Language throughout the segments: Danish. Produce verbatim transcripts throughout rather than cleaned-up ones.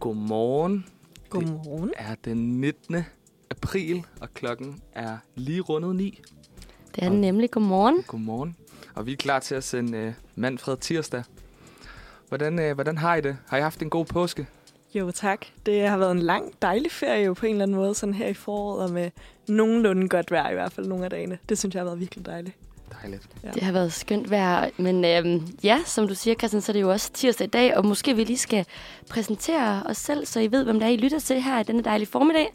Godmorgen. Godmorgen. Det er den nittende april, og klokken er lige rundet ni. Det er den nemlig. Godmorgen. Godmorgen. Og vi er klar til at sende uh, Manfred tirsdag. Hvordan, uh, hvordan har I det? Har I haft en god påske? Jo, tak. Det har været en lang, dejlig ferie jo på en eller anden måde, sådan her i foråret, og med nogenlunde godt vejr i hvert fald nogle af dagene. Det synes jeg har været virkelig dejligt. Dejligt. Ja. Det har været skønt vejr, men øhm, ja, som du siger, Christian, så er det jo også tirsdag i dag, og måske vi lige skal præsentere os selv, så I ved, hvem der er, I lytter til her i denne dejlige formiddag.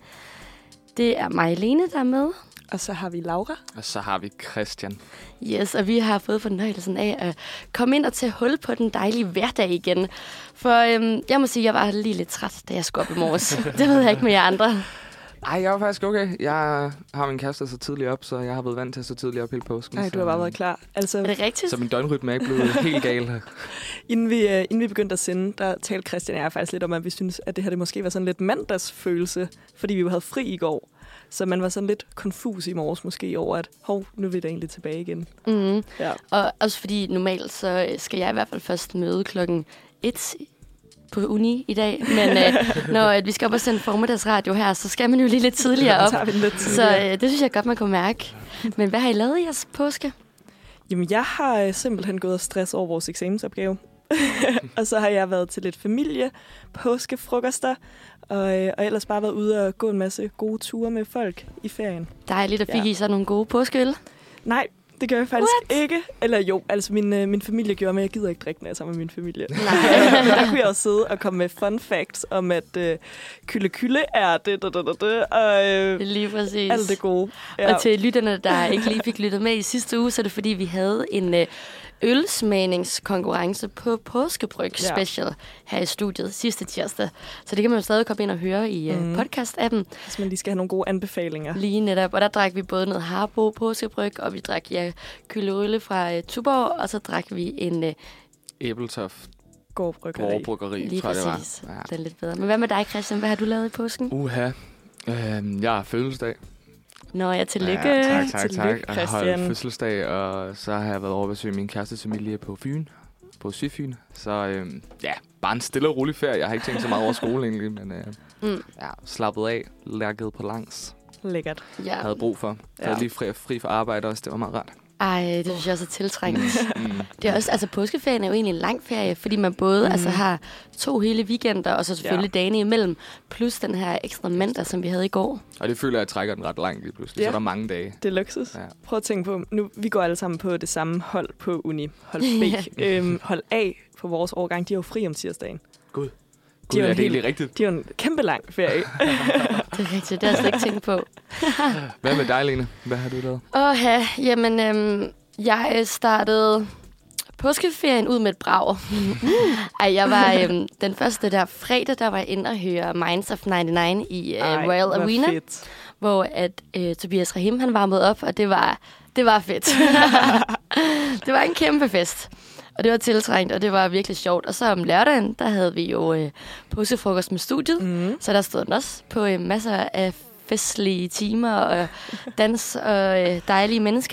Det er mig, Lene, der er med. Og så har vi Laura. Og så har vi Christian. Yes, og vi har fået fornøjelsen af at komme ind og tage hul på den dejlige hverdag igen. For øhm, jeg må sige, jeg var lige lidt træt, da jeg skulle op i morges. Det ved jeg ikke med jer andre. Ej, jeg var faktisk okay. Jeg har min kæreste så tidligt op, så jeg har været vant til at så tidligt op hele påsken. Nej, du har bare været klar. Altså, er det rigtigt? Så min døgnrytme er ikke blevet helt gal. Inden vi, uh, inden vi begyndte at sende, der talte Christian og jeg faktisk lidt om, at vi synes, at det her det måske var sådan lidt mandagsfølelse, fordi vi jo havde fri i går. Så man var sådan lidt konfus i morges måske over, at hov, nu er vi da egentlig tilbage igen. Mm-hmm. Ja. Og også fordi normalt, så skal jeg i hvert fald først møde klokken et på uni i dag. Men øh, når at vi skal op og sende formiddagsradio her, så skal man jo lige lidt tidligere op. Ja, lidt tidligere. Så øh, det synes jeg godt, man kunne mærke. Men hvad har I lavet i jeres påske? Jamen, jeg har øh, simpelthen gået og stress over vores eksamensopgave. Og så har jeg været til lidt familie, påskefrokoster, og, øh, og ellers bare været ude og gå en masse gode ture med folk i ferien. Dejligt, at fik Ja. I så nogle gode påskeøl? Nej, det gør jeg faktisk What? ikke. Eller jo, altså min, øh, min familie gjorde, men jeg gider ikke drikke, når jeg er sammen med min familie. Nej. Men der kunne jeg også sidde og komme med fun facts om, at øh, kylde kylde er det, det, det, det, det og øh, Lige præcis. alt det gode. Ja. Og til lytterne, der ikke lige fik lyttet med i sidste uge, så er det fordi, vi havde en øh, ølsmagningskonkurrence på Påskebryg Ja. Special her i studiet sidste tirsdag. Så det kan man jo stadig komme ind og høre i øh, Mhm. podcast-appen. Hvis man lige skal have nogle gode anbefalinger. Lige netop. Og der drak vi både noget Harbo Påskebryg, og vi drak ja, kylderølle fra øh, Tuborg, og så drak vi en øh, Æbletoft Gårdbryggeri. Gårdbryggeri, lige tror jeg, det var. præcis. Ja. Den er lidt bedre. Men hvad med dig, Christian? Hvad har du lavet i påsken? Uha. Øhm, jeg har fødselsdag. Nå, ja, tillykke. Ja, tak, tak, Tillykke, tak. Jeg har holdt Christian. fødselsdag, og så har jeg været over at besøge min kærestes familie på Fyn, på Sydfyn. Så øhm, ja, bare en stille og rolig ferie. Jeg har ikke tænkt så meget over skole egentlig, men øh, Mm. ja, slappet af, lærket på langs. Lækkert. Ja. Jeg havde brug for. Jeg havde Ja. lige fri, fri for arbejde også, det var meget rart. Ej, det synes jeg også er tiltrængt. Mm. Det er også, altså påskeferien er jo egentlig en lang ferie, fordi man både mm. altså, har to hele weekender, og så selvfølgelig ja. dagene imellem, plus den her ekstra mandag, som vi havde i går. Og det føler jeg, at jeg trækker den ret langt lige pludselig. Ja. Så er der mange dage. Det er luksus. Ja. Prøv at tænke på, nu vi går alle sammen på det samme hold på uni. Hold B. øhm, hold A på vores årgang, de er jo fri om tirsdagen. Gud. De Gud, er jo er en det hel- egentlig rigtigt? Det er jo en kæmpe lang ferie. Det er rigtigt, det har jeg slet ikke tænkt på. Hvad med dig, Lene? Hvad har du lavet? Åh, ja, jamen, øhm, jeg startede påskeferien ud med et brag. Ej, jeg var øhm, den første der fredag, der var jeg inde og høre Minds of nioghalvfems i øh, Ej, Royal hvor Arena, fedt. hvor at øh, Tobias Rahim, han varmede op, og det var, det var fedt. Det var en kæmpe fest. Og det var tiltrængt, og det var virkelig sjovt. Og så om lørdagen, der havde vi jo øh, påskefrokost med studiet. Mm. Så der stod den også på øh, masser af festlige timer og dans og øh, dejlige mennesker.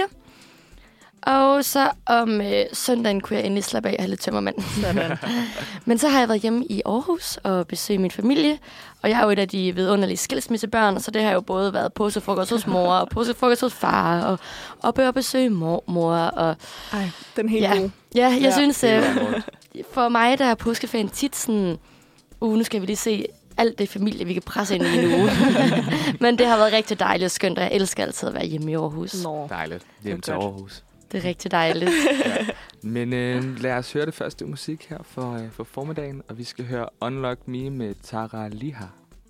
Og så om øh, søndagen kunne jeg endelig slappe af og have lidt tømmermand. Sådan. Men så har jeg været hjemme i Aarhus og besøgt min familie. Og jeg er jo et af de vidunderlige skilsmissebørn, så det har jo både været påskefrokost hos mor og påskefrokost hos far. Og oppe og besøge mormor. Og Ej, den er helt ja, god. ja, jeg Ja. synes, Det øh, var godt. for mig der er påskeferien tit sådan, uh, nu skal vi lige se alt det familie, vi kan presse ind i en uge. Men det har været rigtig dejligt og skønt, og jeg elsker altid at være hjemme i Aarhus. Nå. Dejligt. Hjem Det til er godt. Aarhus. Det er rigtig dejligt. Ja. Men øh, lad os høre det første musik her for, øh, for formiddagen, og vi skal høre Unlock Me med Tara Liha.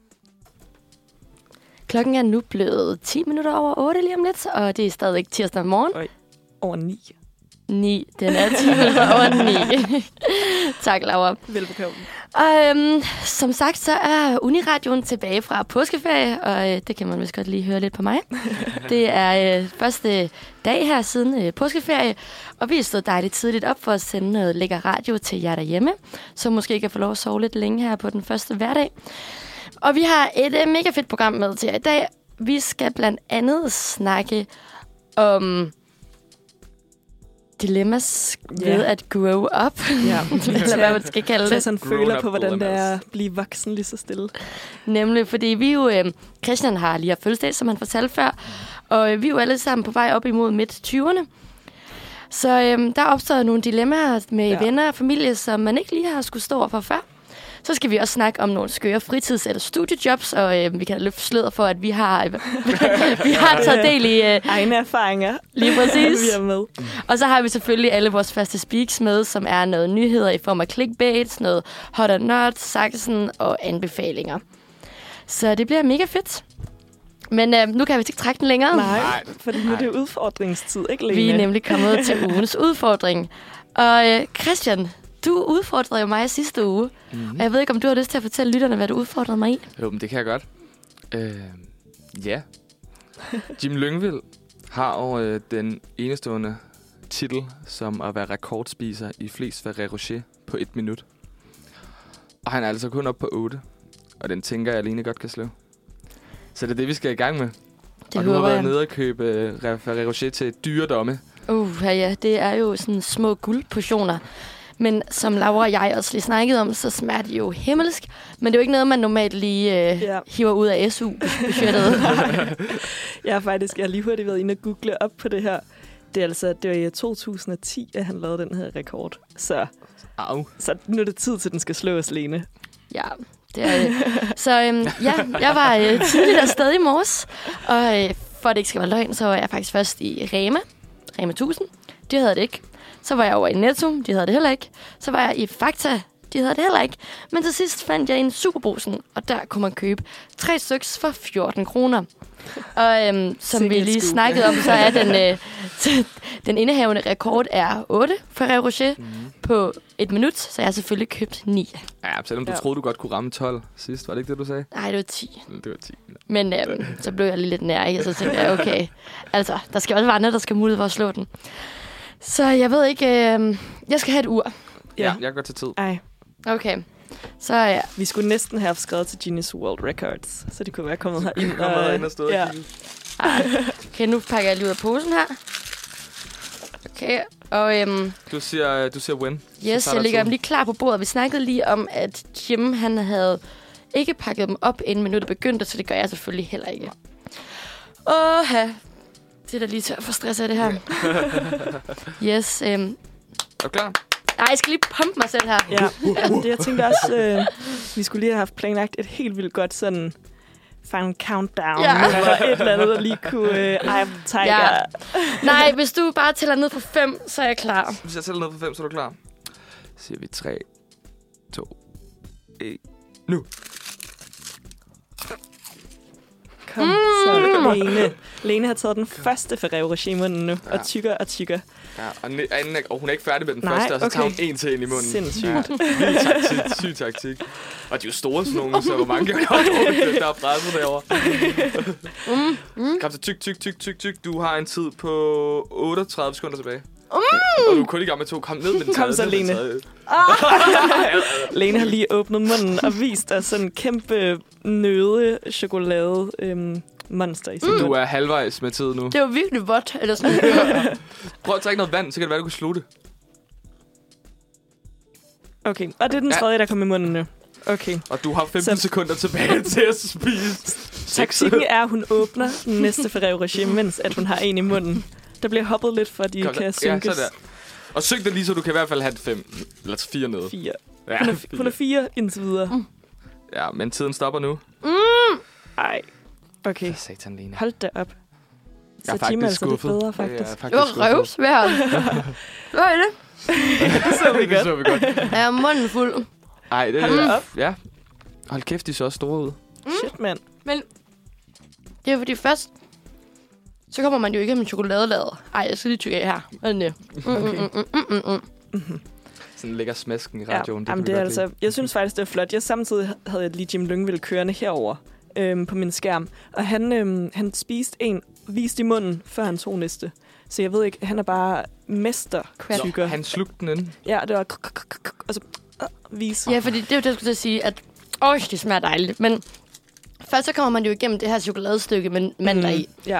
Klokken er nu blevet ti minutter over otte lige om lidt, og det er stadigvæk tirsdag morgen. Over ni. ni. Den er ti minutter over ni. Tak, Laura. Velbekomme. Og øhm, som sagt, så er Uniradioen tilbage fra påskeferie, og øh, det kan man vist godt lige høre lidt på mig. Det er øh, første dag her siden øh, påskeferie, og vi er stået dejligt tidligt op for at sende noget lækker radio til jer derhjemme, som måske kan få lov at sove lidt længe her på den første hverdag. Og vi har et øh, mega fedt program med til jer i dag. Vi skal blandt andet snakke om dilemmas ved Ja. at grow up. Ja. Eller hvad man skal kalde Tag det. sådan en Grown føler up på, hvordan det dilemmas. er at blive voksen lige så stille. Nemlig, fordi vi jo... Øh, Christian har lige haft fødselsdag, som han fortalte før. Og øh, vi er jo alle sammen på vej op imod midt tyverne. Så øh, der opstår nogle dilemmaer med Ja. ja. venner og familie, som man ikke lige har skulle stå over for før. Så skal vi også snakke om nogle skøre fritids- eller studiejobs, og øh, vi kan løfte sløret for, at vi har, vi har taget del i... Øh, Egne erfaringer. Lige præcis. vi er med. Og så har vi selvfølgelig alle vores faste speaks med, som er noget nyheder i form af clickbaits, noget hot or not, saksen og anbefalinger. Så det bliver mega fedt. Men øh, nu kan vi ikke trække den længere. Nej, Nej. fordi nu er det udfordringstid, ikke Lene? Vi er nemlig kommet til ugens udfordring. Og øh, Christian, du udfordrede jo mig sidste uge. Mm-hmm. Og jeg ved ikke, om du har lyst til at fortælle lytterne, hvad du udfordrede mig i. Jo, men det kan jeg godt. Øh, ja. Jim Lyngvild har jo øh, den enestående titel som at være rekordspiser i flest Ferrero Rocher på et minut. Og han er altså kun oppe på otte. Og den tænker jeg alene godt kan slå. Så det er det, vi skal i gang med. Det og du har håber været jeg. nede og købe øh, Ferrero Rocher til dyredomme. Uh, ja, ja, det er jo sådan små guldportioner. Men som Laura og jeg også lige snakkede om, så smager de jo himmelsk. Men det er jo ikke noget, man normalt lige øh, Ja. hiver ud af S U-budgettet. Jeg har faktisk jeg har lige hurtigt været inde og google op på det her. Det er altså det var i to tusind og ti, at han lavede den her rekord. Så, Au. så nu er det tid til, at den skal slås, Lene. Ja, det er det. Så øhm, ja, jeg var øh, tidligt afsted i morges. Og øh, for at det ikke skal være løgn, så var jeg faktisk først i Rema. Rema tusind. De havde det ikke. Så var jeg over i Netto. De havde det heller ikke. Så var jeg i Fakta. De havde det heller ikke. Men til sidst fandt jeg en Superbrugsen, og der kunne man købe tre styks for fjorten kroner. Og øhm, som Sikke vi et lige scoop. snakkede om, så er den, øh, den indehavende rekord er otte Ferrero Rocher Mm. på et minut, så jeg har selvfølgelig købt ni. Ja, selvom du Ja. troede, du godt kunne ramme tolv sidst. Var det ikke det, du sagde? Nej, det var ti. Det var ti. Men øhm, så blev jeg lige lidt nær, ikke? Og så tænkte jeg, okay, altså, der skal også være andre, der skal have mulighed for at slå den. Så jeg ved ikke, øh, jeg skal have et ur. Ja, Ja. jeg går til tid. Ej, Okay, så ja. vi skulle næsten have skrevet til Guinness World Records, så de kunne være kommet her ind. Kommer ind og stå ja. og kigge. Okay, nu pakker jeg lige ud af posen her. Okay, og øhm, Du siger, du siger win. yes, tager jeg der ligger tid. dem lige klar på bordet. Vi snakkede lige om, at Jim, han havde ikke pakket dem op, inden minuttet begyndte, så det gør jeg selvfølgelig heller ikke. Åh, det er da lige til at få stress af det her. Yes, øhm, Er du klar? nej, jeg skal lige pumpe mig selv her. Ja, ja det jeg tænkte også, øh, vi skulle lige have haft planlagt et helt vildt godt sådan final countdown. Ja. Ja. Eller et eller andet, der lige kunne øh, eye of the tiger. Ja. Nej, hvis du bare tæller ned fra fem, så er jeg klar. Hvis jeg tæller ned på fem, så er du klar. Så siger vi tre, to, et. Nu. Kom, så Lene. Lene har taget den første Ferrero Rocher i munden nu, Ja. og tykker og tykker. Ja, og, ne- anden er, og hun er ikke færdig med den Nej, første, og så tager hun okay. en til ind i munden. Sindssygt. Ja, vild taktik, syg taktik. Og de er jo store sådan nogle, så hvor mange kan jeg godt drukket, der er presset derovre. Mm, mm. Kom så tyk, tyk, tyk, tyk, tyk. Du har en tid på otteogtredive sekunder tilbage. Mm. Og du er kun i gang med to. Kom ned med den Kom tredje, så, ned med den Lene. tredje. Lene har lige åbnet munden og vist os sådan en kæmpe nøde chokolade øhm, monster i sin Du mund. er halvvejs med tid nu. Det var virkelig vådt, eller sådan. Prøv at drikke noget vand, så kan det være, du kan slutte. Okay, og det er den Ja. tredje, der kommer i munden nu. Okay. Og du har femten Så- sekunder tilbage til at spise. Taktikken er, at hun åbner den næste Ferrero Rocher, mens at hun har en i munden. Der bliver hoppet lidt, for at de Kom kan så. synkes. Ja, så der. Og synk det lige, så du kan i hvert fald have fem. Eller fire nede. Fire. Ja, Hun er, hun er fire indtil videre. ja, men tiden stopper nu. Mm. Ej. Okay, Satan, Lene. hold da op. Jeg er Så Jim er faktisk altså lidt skuffet. bedre, Jeg faktisk. er Det faktisk var skuffet. røvsvært. Hvad er det? Det så vi Det godt. så vi godt. Jeg er munden fuld. Ej, det Hold da er... op. Ja. Hold kæft, de så også store ud. Shit, mand. Men det er fordi først, så kommer man jo ikke med chokoladelader. Ej, jeg skal lige tykke af her. Men, øh, mm, mm, mm, mm, mm, mm. Sådan ligger smasken i Ja, radioen. jamen, kan det vi er godt altså, jeg synes faktisk, det er flot. Jeg samtidig havde jeg lige Jim Lyngvild kørende herover øhm, på min skærm. Og han, øhm, han spiste en, vist i munden, før han tog næste. Så jeg ved ikke, han er bare mester Crap. tykker. Han slugte den ind. Ja, det var k- k- k- k- og så øh, vis. Ja, fordi det er jo det, jeg skulle til at sige, at åh, det smager dejligt. Men først så kommer man jo igennem det her chokoladestykke med mandler i. Ja.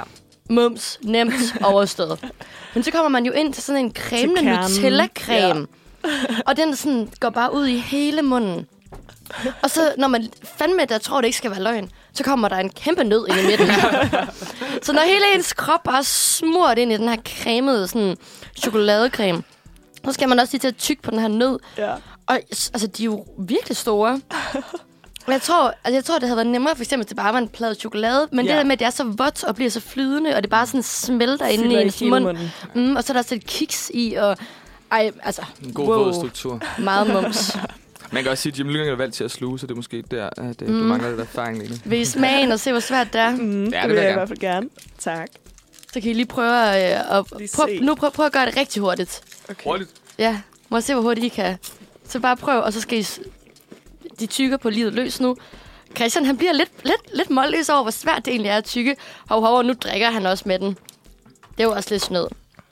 mums, nemt overstået. Men så kommer man jo ind til sådan en cremende Nutella-creme. Ja. Og den sådan går bare ud i hele munden. Og så, når man fandme, der tror, det ikke skal være løgn, så kommer der en kæmpe nød ind i midten. Så når hele ens krop bare er smurt ind i den her cremede sådan, chokoladecreme, så skal man også lige til at tygge på den her nød. Ja. Og altså, de er jo virkelig store. Jeg tror, altså, jeg tror, det havde været nemmere for eksempel til bare var en plade chokolade, men ja. det der med, at det er så vådt og bliver så flydende, og det bare sådan smelter inde i ens mund. Mm, og så er der også et kiks i, og ej, altså, en god wow. struktur. Meget mums. Man kan også sige, at Jim Lyngvild er valgt til at sluge, så det er måske der, at mm. du mangler lidt erfaring lige. Vil I smagen og se, hvor svært det er? Mm, ja, det, det vil jeg, jeg i hvert fald gerne. Tak. Så kan I lige prøve at, øh, at prøv, nu prøv, prøv at gøre det rigtig hurtigt. Okay. Hurtigt? Ja, må jeg se, hvor hurtigt I kan. Så bare prøv, og så skal I... De tykker på livet løs nu. Christian, han bliver lidt, lidt, lidt målløs over, hvor svært det egentlig er at tykke. Hov, hov, og nu drikker han også med den. Det er jo også lidt snød.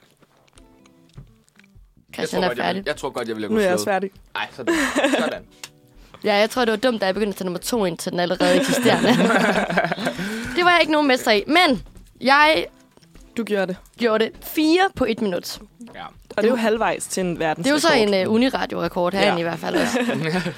Christian er godt, færdig. Jeg, jeg tror godt, jeg ville have Nu er jeg slået. også færdig. Nej, sådan. sådan. Ja, jeg tror, det var dumt, da jeg begyndte at tage nummer to ind til den allerede eksisterende. Det var jeg ikke nogen mester i. Men jeg... Du gjorde det. Gjorde det fire på et minut. Ja. Og det er jo halvvejs til en verdensrekord. Det er jo så en uh, Uniradio-rekord herinde ja. i hvert fald også.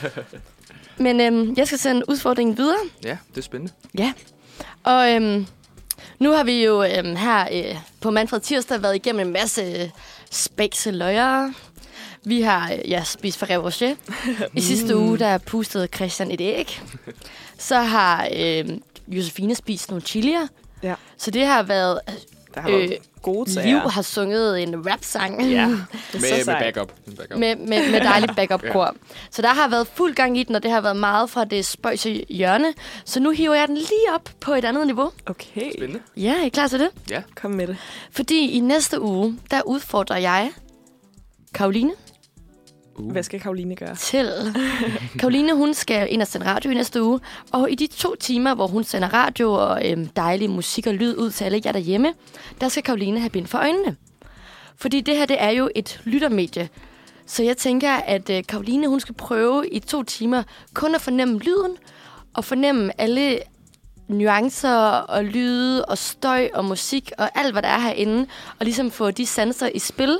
Men øhm, jeg skal sende udfordringen videre. Ja, det er spændende. Ja. Og øhm, nu har vi jo øhm, her øh, på Manfred Tirsdag været igennem en masse øh, spækse løjer. Vi har øh, ja, spist Ferrero Rocher. I sidste mm. uge, der pustede Christian et æg. Så har øh, Josefine spist nogle chilier. Ja. Så det har været... Der har været øh, gode sager. Liv har sunget en rap-sang. Ja, med, med backup. backup. Med, med, med dejligt backup-kor. Ja. Så der har været fuld gang i den, og det har været meget fra det spøjse hjørne. Så nu hiver jeg den lige op på et andet niveau. Okay. Spændende. Ja, er I klar til det? Ja. Kom med det. Fordi i næste uge, der udfordrer jeg Karoline. Uh. Hvad skal Karoline gøre? Til. Karoline, hun skal ind og sende radio i næste uge. Og i de to timer, hvor hun sender radio og øhm, dejlig musik og lyd ud til alle jer derhjemme, der skal Karoline have bind for øjnene. Fordi det her, det er jo et lyttermedie. Så jeg tænker, at øh, Karoline, hun skal prøve i to timer kun at fornemme lyden og fornemme alle nuancer og lyde og støj og musik og alt, hvad der er herinde. Og ligesom få de sanser i spil.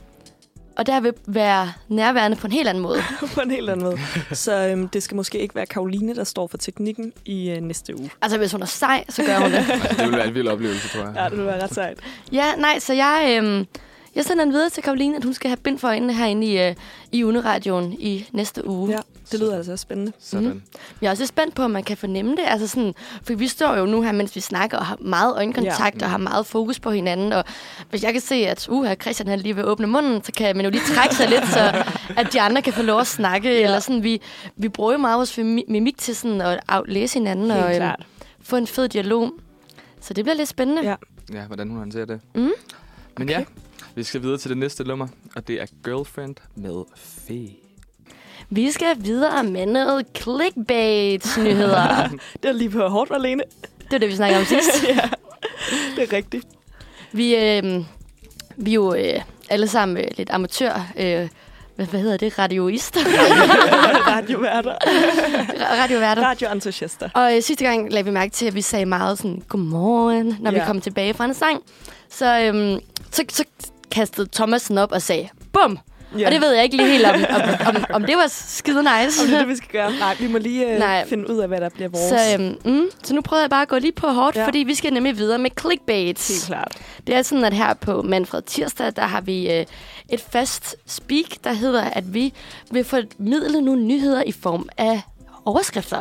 Og der vil være nærværende på en helt anden måde. På en helt anden måde. Så øhm, det skal måske ikke være Karoline, der står for teknikken i øh, næste uge. Altså, hvis hun er sej, så gør hun det. Altså, det vil være en vild oplevelse, tror jeg. Ja, det vil være ret sejt. Ja, nej, så jeg, øhm, jeg sender den videre til Karoline, at hun skal have bind for øjnene herinde i, øh, i Uniradioen i næste uge. Ja, det lyder altså spændende. Sådan. Mm. Jeg er også spændt på, om man kan fornemme det. Altså sådan, for vi står jo nu her, mens vi snakker, og har meget øjenkontakt, ja. og har meget fokus på hinanden. Og hvis jeg kan se, at uh, Christian han lige vil åbne munden, så kan man jo lige trække sig lidt, så at de andre kan få lov at snakke. Ja. Eller sådan, vi, vi bruger jo meget vores mimik til sådan at læse hinanden Helt og øhm, klart. få en fed dialog. Så det bliver lidt spændende. Ja, ja hvordan hun håndterer det. Mm. Men okay. ja, vi skal videre til det næste nummer, og det er Girlfriend med Fe. Vi skal videre med noget clickbait-nyheder. Det er lige på hårdt, Marlene. Det var det, vi snakkede om sidst. Ja, det er rigtigt. Vi, øh, vi er jo øh, alle sammen øh, lidt amatør... Øh, hvad, hvad hedder det? Radioister? Radioværter. Radioværter. Radioentusiaster. Og øh, sidste gang lagde vi mærke til, at vi sagde meget sådan, godmorgen, når ja. vi kom tilbage fra en sang. Så, øh, så, så kastede Thomas den op og sagde, bum! Ja. Og det ved jeg ikke lige helt, om, om, om, om det var skide nice. Om det er det, vi skal gøre. Nej, vi må lige øh, finde ud af, hvad der bliver vores. Så, øhm, mm, så nu prøver jeg bare at gå lige på hårdt, ja. fordi vi skal nemlig videre med clickbait. Helt klart. Det er sådan, at her på Manfred Tirsdag, der har vi øh, et fast speak, der hedder, at vi vil formidle nogle nyheder i form af overskrifter.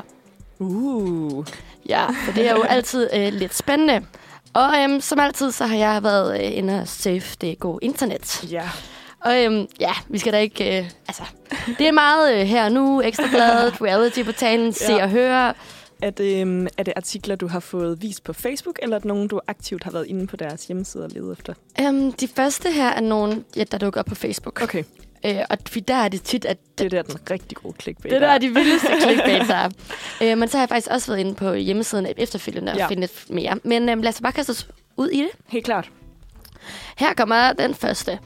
Uh. Ja, for det er jo altid øh, lidt spændende. Og øhm, som altid, så har jeg været øh, inde og surfe det gode internet. Ja. Og øhm, ja, vi skal da ikke... Øh, altså, det er meget øh, her nu, Ekstrabladet, reality-portalen, se ja. og høre. Er det, øhm, er det artikler, du har fået vist på Facebook, eller er det nogen, du aktivt har været inde på deres hjemmeside og ledet efter? Øhm, de første her er nogen, ja, der dukker op på Facebook. Okay. Øh, og der er det tit, at... Det er der den rigtig gode clickbait. Det der er de vildeste clickbaits, der er. øh, men så har jeg faktisk også været inde på hjemmesiden efterfølgende og ja. finde lidt mere. Men øhm, lad os bare kaste os ud i det. Helt klart. Her kommer den første.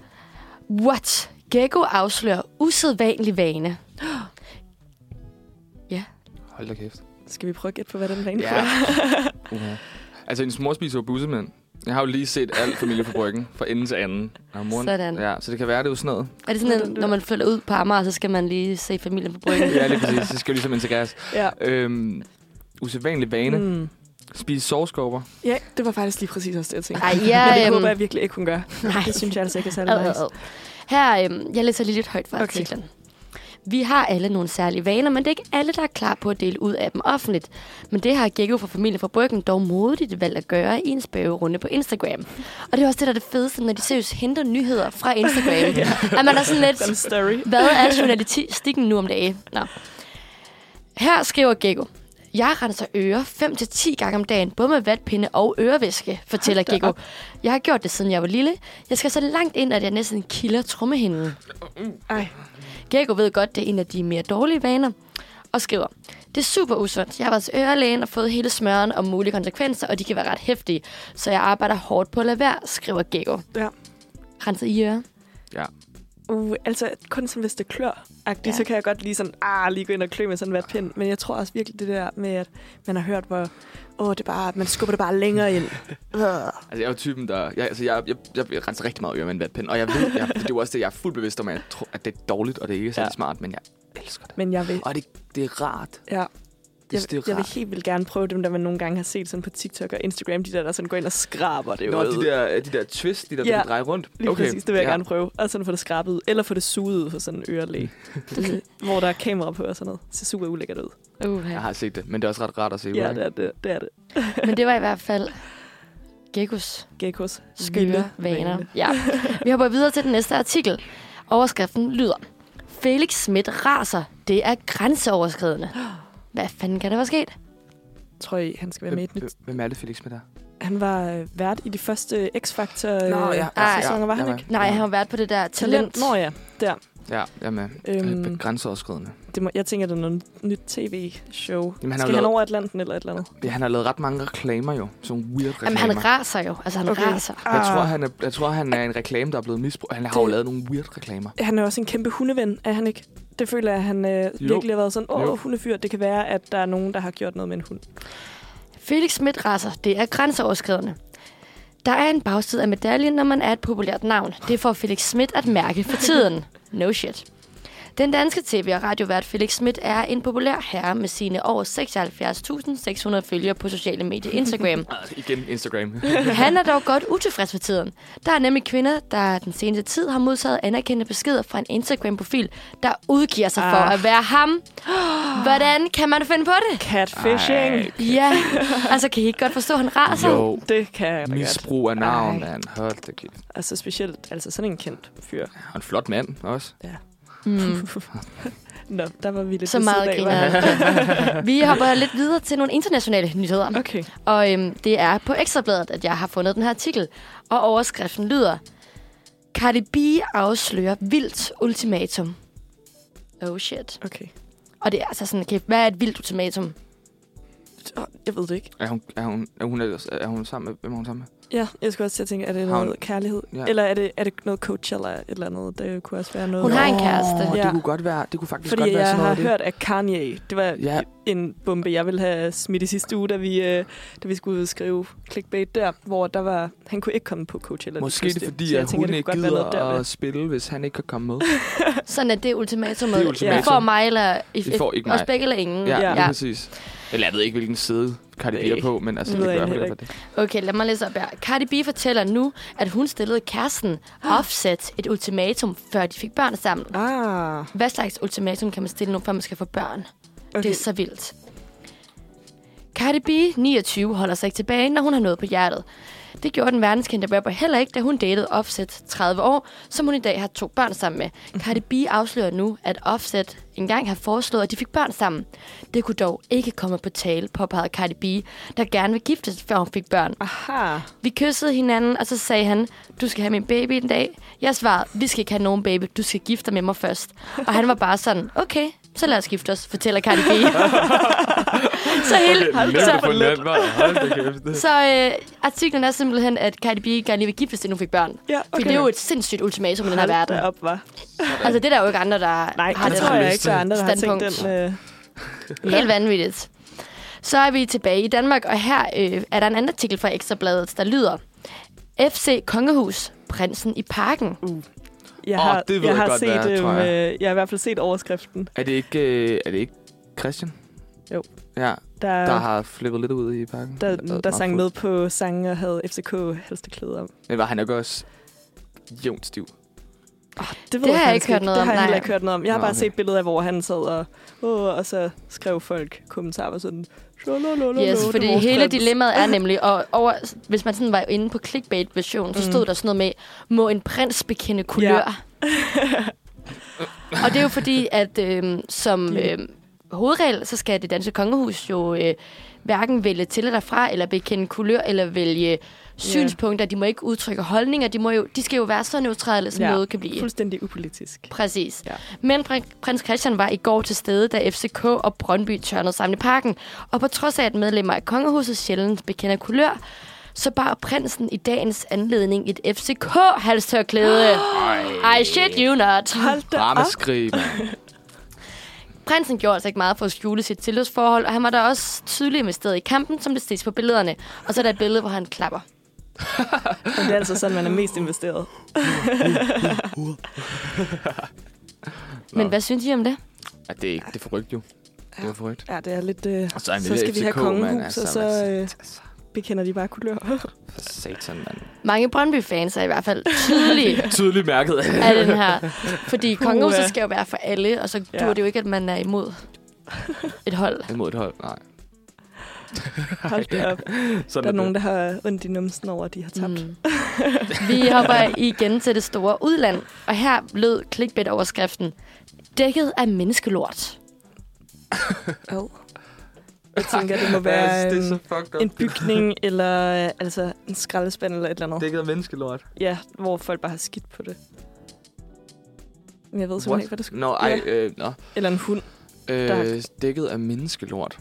What? Gecko afslører usædvanlig vane. Ja. Hold da kæft. Skal vi prøve at gætte på, hvad den vane ja. uh-huh. Altså, en mor spiser bussemænd. Jeg har jo lige set alt Familie på Bryggen, fra ende til anden. Sådan. Ja, så det kan være, det er jo sådan noget. Er det sådan, at når man flytter ud på Amager, så skal man lige se Familien på Bryggen? Ja, lige præcis. Det skal jo ligesom integreres. Ja. Øhm, usædvanlig vane. Mm. Spise sovskorper. Ja, det var faktisk lige præcis også det, jeg tænkte. Ej, ja, Men det øhm, håber jeg virkelig ikke, hun gør. Nej. Det synes jeg altså ikke er særlig nice. Øh, øh. Her, øhm, jeg læser lige lidt højt fra Okay. artiklen. Vi har alle nogle særlige vaner, men det er ikke alle, der er klar på at dele ud af dem offentligt. Men det har Gekko fra Familien fra Bryggen dog modigt valgt at gøre i en spørgerunde på Instagram. Og det er også det, der er det fedeste, når de seriøst henter nyheder fra Instagram. ja. At man er sådan lidt, story. hvad er journalistikken nu om dagen? Nå. Her skriver Gekko. Jeg renser ører fem til ti gange om dagen, både med vatpinde og ørevæske, fortæller Gekko. Jeg har gjort det, siden jeg var lille. Jeg skal så langt ind, at jeg næsten kilder trommehinden. Ej. Gekko ved godt, det er en af de mere dårlige vaner, og skriver, det er super usundt. Jeg har været til ørelægen og fået hele smøren om mulige konsekvenser, og de kan være ret heftige, så jeg arbejder hårdt på at lade være, skriver Gekko. Ja. Renser I ører? Ja. Uh, altså, kun som hvis det klør-agtigt, Ja. så kan jeg godt lige sådan, ah, lige gå ind og klø med sådan en vatpind. Men jeg tror også virkelig det der med, at man har hørt, hvor åh, det er bare, man skubber det bare længere ind. Uh. Altså, jeg er jo typen, der... Jeg, altså, jeg, jeg, jeg, jeg renser rigtig meget ører med en vatpind, og jeg ved, jeg, det er jo også det, jeg er fuldt bevidst om, at, jeg tror, at det er dårligt, og det er ikke særlig ja. smart, men jeg elsker det. Men jeg vil, Og det, det er rart. ja, Det, jeg, det er jeg vil rart. helt vildt gerne prøve dem, der man nogle gange har set sådan på TikTok og Instagram, de der, der sådan går ind og skraber det Nå, ud. de der, de der twist, de der, Ja, der drejer rundt. Lige okay. præcis, det vil jeg ja. gerne prøve. Og sådan få det skrabet ud, eller få det suget ud for sådan en ørelæge. Hvor der er kamera på og sådan noget. Det ser super ulækkert ud. Uh, Jeg har set det, men det er også ret rart at se. Ja, ud. det er det. Det er det. Men det var i hvert fald Gekkos Gekkos skylde vaner. Ja. Vi hopper videre til den næste artikel. Overskriften lyder, Felix Schmidt raser. Det er grænseoverskridende. Hvad fanden kan der være sket? Tror I, han skal være med i et nyt? Hvem er det, Felix med der? Han var øh, vært i de første X-Factor Nå, ja. øh, sæsoner, var han Ja, ikke? Nej, han har været på det der talent. Nå ja, der. Ja, jeg er med. Øhm, Øhm, grænseoverskridende. Det må, jeg tænker, det er noget nyt tv-show. Jamen, han har Skal jo han lavet- over Atlanten eller et eller andet? Ja, han har lavet ret mange reklamer jo. Sådan nogle weird reklamer. Jamen, han raser jo. Altså, han Okay. raser. Jeg tror, Ah. han er, jeg tror, han er en reklame, der er blevet misbrugt. Han har Det- jo lavet nogle weird reklamer. Han er også en kæmpe hundeven, er han ikke? Det føler jeg, at han øh, virkelig har været sådan, åh, Jo. hundefyr. Det kan være, at der er nogen, der har gjort noget med en hund. Felix Schmidt raser. Det er grænseoverskridende. Der er en bagside af medaljen, når man er et populært navn. Det får Felix Schmidt at mærke for tiden. No shit. Den danske tv- og radiovært Felix Schmidt er en populær herre med sine over seksoghalvfjerds tusind seks hundrede følgere på sociale medier Instagram. Igen Instagram. Han er dog godt utilfreds for tiden. Der er nemlig kvinder, der den seneste tid har modtaget anerkendte beskeder fra en Instagram-profil, der udgiver sig for Ah. at være ham. Hvordan kan man finde på det? Catfishing. Ej. Ja, altså kan I ikke godt forstå, at han raser? Jo, Det kan jeg da godt. misbrug af navn, Ej. man. Hold da kæft. Altså specielt, altså sådan en kendt fyr. Og en flot mand også. Mm. Nå, der var vi lidt Så ved meget siden af, hva'? griner. Vi hopper lidt videre til nogle internationale nyheder. Okay. Og øhm, det er på Ekstrabladet, at jeg har fundet den her artikel. Og overskriften lyder, Cardi B afslører vildt ultimatum. Oh shit. Okay. Og det er altså sådan, okay, hvad er et vildt ultimatum? Oh, jeg ved det ikke. Er hun, er hun, er hun, ellers- er hun sammen med? Hvem er hun sammen med? Ja, jeg skulle også til at tænke, er det Har hun- noget kærlighed? Ja. Eller er det, er det noget coach eller et eller andet? Det kunne også være noget... Hun har en kæreste. Åh, Ja. det kunne godt være. Det kunne faktisk Fordi godt være jeg sådan noget har af det. hørt, at Kanye, det var Ja. en bombe, jeg ville have smidt i sidste uge, da vi, øh, da vi skulle skrive clickbait der, hvor der var, han kunne ikke komme på Coachella. Måske lige det er pludselig. fordi, Så jeg at tænker, hun det ikke kunne godt være noget gider derved. at spille, hvis han ikke kan komme med. Sådan er det ultimatum. Det er ultimatum. I får mig, eller I, I får ikke os mig. begge eller ingen. Ja, Ja. lige præcis. Eller jeg ved ikke, hvilken side Cardi B er Nej. på, men altså, Det det ved gør jeg hun i heller hvert fald det. Okay, lad mig læse op her. Cardi B fortæller nu, at hun stillede kæresten Offset et ultimatum, før de fik børn sammen. Ah, Hvad slags ultimatum kan man stille nu, før man skal få børn? okay. Det er så vildt. Cardi B, niogtyve, holder sig ikke tilbage, når hun har noget på hjertet. Det gjorde den verdenskendte rapper heller ikke, da hun datede Offset tredive år, som hun i dag har to børn sammen med. Cardi B afslører nu, at Offset engang har foreslået, at de fik børn sammen. Det kunne dog ikke komme på tale, påpegede Cardi B, der gerne vil giftes, før hun fik børn. Aha. Vi kyssede hinanden, og så sagde han, du skal have min baby en dag. Jeg svarede, vi skal ikke have nogen baby, du skal gifte dig med mig først. Og han var bare sådan, okay, så lad os gifte os, fortæller Cardi B. så hele, så, så øh, artiklen er simpelthen, at Cardi B gerne lige vil giftes, inden hun fik børn. Ja, For okay. det er jo et sindssygt ultimatum i den her Hold verden. da op, var. Altså, det er der jo ikke andre, der Nej, har det det tror der jeg ikke, der er andre, der har tænkt standpunkt. den. Øh, Helt vanvittigt. Så er vi tilbage i Danmark, og her øh, er der en anden artikel fra Ekstrabladet, der lyder, F C Kongehus, prinsen i parken. Uh. Jeg Åh, har, det ved jeg jeg har godt, set, hvad er, tror øhm, jeg. øh, jeg har i hvert fald set overskriften. Er det ikke, øh, er det ikke Christian? Jo. Ja, Der, der har flippet lidt ud i parken. der, Eller været der meget sang fuld. med på sange og havde F C K halsteklæder om. Men var han ikke også jævnt stiv? Oh, det ved Det har jeg faktisk ikke hørt noget Det om, har jeg nej. heller ikke hørt noget om. Jeg har Nå, bare okay. set billeder af, hvor han sad og, oh, og så skrev folk kommentarer og sådan... Yes, fordi hele dilemmaet er nemlig, og over, hvis man sådan var inde på clickbait-versionen, så stod Mm. der sådan noget med, må en prins bekende kulør? Ja. Og det er jo fordi, at øh, som øh, hovedregel, så skal det danske kongehus jo øh, hverken vælge til eller fra, eller bekende kulør, eller vælge synspunkter. De må ikke udtrykke holdninger. De, må jo, de skal jo være så neutrale, som Ja, noget kan blive. fuldstændig upolitisk. Præcis. Ja. Men pr- prins Christian var i går til stede, da F C K og Brøndby tørnede sammen i parken. Og på trods af, at medlemmer af kongehuset sjældent bekender kulør, så bar prinsen i dagens anledning et F C K-halstørklæde. I shit you not. Hold da op. Rammeskrig, mand. Prinsen gjorde altså ikke meget for at skjule sit tilhørsforhold, og han var da også tydeligt investeret i kampen, som det ses på billederne. Og så er der et billede, hvor han klapper. Men det er altså sådan, man er mest investeret. Men hvad synes I om det? Ja, det er ikke, det er forrygt jo. Det er forrygt. Ja, det er lidt... Øh, Og så, er han så lille skal vi have F C K, mand, kongehus, altså, og så altså, øh, altså, bekender de bare kulør. for satan, mand. Mange Brøndby-fans er i hvert fald tydelige Tydeligt mærket. af den her. Fordi Puha. kongehuset skal jo være for alle, og så Ja. duer det jo ikke, at man er imod et hold. Imod et hold, nej. Hold da op. Sådan Der er det. nogen, der har ondt i numsen over, at de har tabt. Mm. Mm. Vi hopper igen til det store udland, og her lød clickbait-overskriften: dækket af menneskelort. Oh. Jeg tænker, det må være Ja, det er så en, fucked up. en bygning, eller øh, altså en skraldespand, eller et eller andet. Dækket af menneskelort. Ja, hvor folk bare har skidt på det. Men jeg ved simpelthen What? ikke, hvad det skulle. Nå, ej, Ja. øh, nå. Eller en hund. Øh, dækket af menneskelort.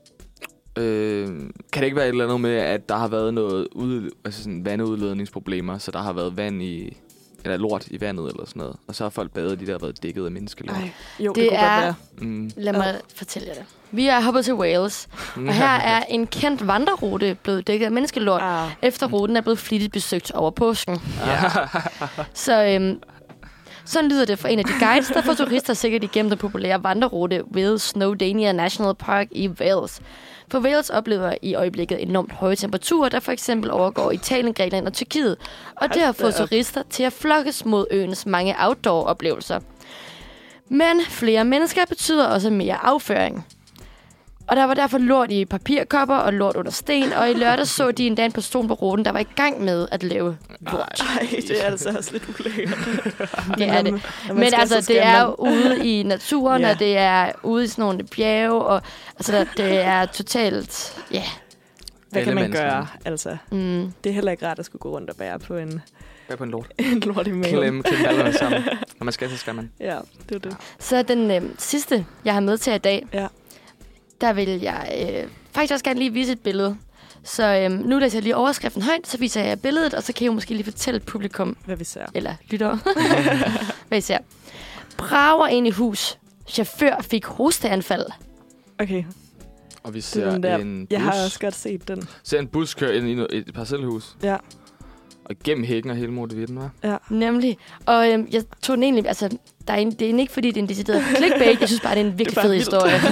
Øh, kan det ikke være et eller andet med, at der har været noget ude, altså sådan vandudledningsproblemer, så der har været vand i, eller lort i vandet eller sådan noget, og så har folk badet, de der har været dækket af menneskelort. Ej, jo, det, Det det kunne er- godt være. Mm. Lad mig oh. fortælle jer det. Vi er hoppet til Wales, og her er en kendt vandrerute blevet dækket af menneskelort, Ah, efter ruten er blevet flittigt besøgt over påsken. Ja. Så øhm, sådan lyder det for en af de guides, der får turister sikkert igennem den populære vandrerute ved Snowdonia National Park i Wales. For Wales oplever i øjeblikket enormt høje temperaturer, der for eksempel overgår Italien, Grækenland og Tyrkiet. Og det har fået turister til at flokkes mod øens mange outdoor-oplevelser. Men flere mennesker betyder også mere afføring. Og der var derfor lort i papirkopper og lort under sten, og i lørdag så de endda en person på ruten, der var i gang med at lave lort. ej, det er altså også lidt ulækkert. Det er det. Men altså, det er jo ude i naturen, Ja. og det er ude i sådan nogle bjerge, og altså, der- det er totalt, ja. Hvad kan man Alle gøre? Altså, Mm. det er heller ikke rart at skulle gå rundt og bære på en, Hvad på en lort? en lort i maven. Klem, klem ballerne sammen. Når man skal, så skal man. Ja, det er det. Så den øh, sidste, jeg har med til i dag, Ja. der vil jeg øh, faktisk også gerne lige vise et billede. Så øh, nu læser jeg lige overskriften højt, så viser jeg billedet, og så kan jeg jo måske lige fortælle publikum, Hvad vi ser. eller lytter, hvad I ser. Brager ind i hus. Chauffør fik hosteanfald. Okay, Og vi det er ser den der. en bus. Jeg har også godt set den. Ser en bus køre ind i no- et parcelhus. Ja, Og gennem hækken og hele motivitten, hva'? ja. Nemlig. Og øhm, jeg tog den egentlig, altså, der er en, det er ikke fordi, det er en decideret clickbait. Jeg synes bare, det er en virkelig bare fed vildt. historie.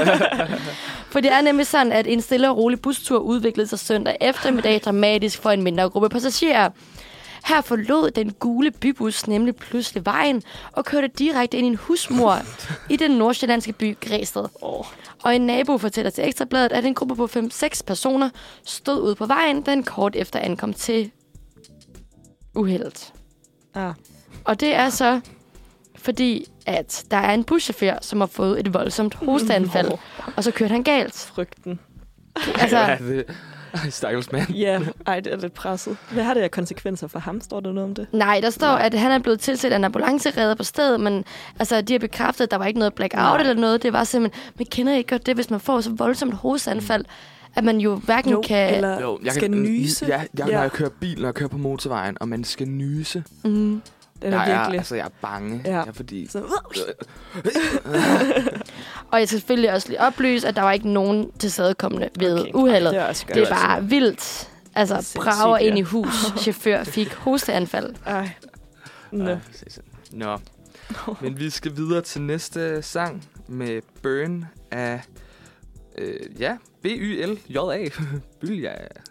For det er nemlig sådan, at en stille og rolig bustur udviklede sig søndag eftermiddag dramatisk for en mindre gruppe passagerer. Her forlod den gule bybus nemlig pludselig vejen og kørte direkte ind i en husmor i den nordsjællandske by Græsted. Oh. Og en nabo fortæller til Ekstrabladet, at en gruppe på fem seks personer stod ude på vejen, da den kort efter ankom til uheldet. Ah. Og det er så fordi, at der er en buschauffør, som har fået et voldsomt hosteanfald, Nå. og så kørte han galt. Frygten. Altså, Ja, det... Ej, stakkels mand. Ja, ej, det er lidt presset. Hvad har det af konsekvenser for ham? Står der noget om det? nej, der står, Nej. at han er blevet tilsat af en ambulanceredder på stedet, men altså, de har bekræftet, at der var ikke noget blackout Nej. eller noget. Det var simpelthen, man kender ikke godt det, hvis man får så voldsomt hosteanfald, at man jo hverken Jo, kan... eller Jo, jeg skal kan, nyse. Ja, jeg, når Ja. jeg kører bil, når jeg kører på motorvejen, og man skal nyse. Mm. Den er jeg er, virkelig... altså, jeg er bange. Ja. Ja, fordi... Så, Og jeg skal selvfølgelig også lige oplyse, at der var ikke nogen tilskadekommende ved Okay, uheldet. det er også godt. Det er Det er bare vildt. Altså, brager ind i hus. Chauffør fik hosteanfald. Ej. Nå. Ej, Nå. Men vi skal videre til næste sang med Burn af øh, ja, B Y L J A. Bylja.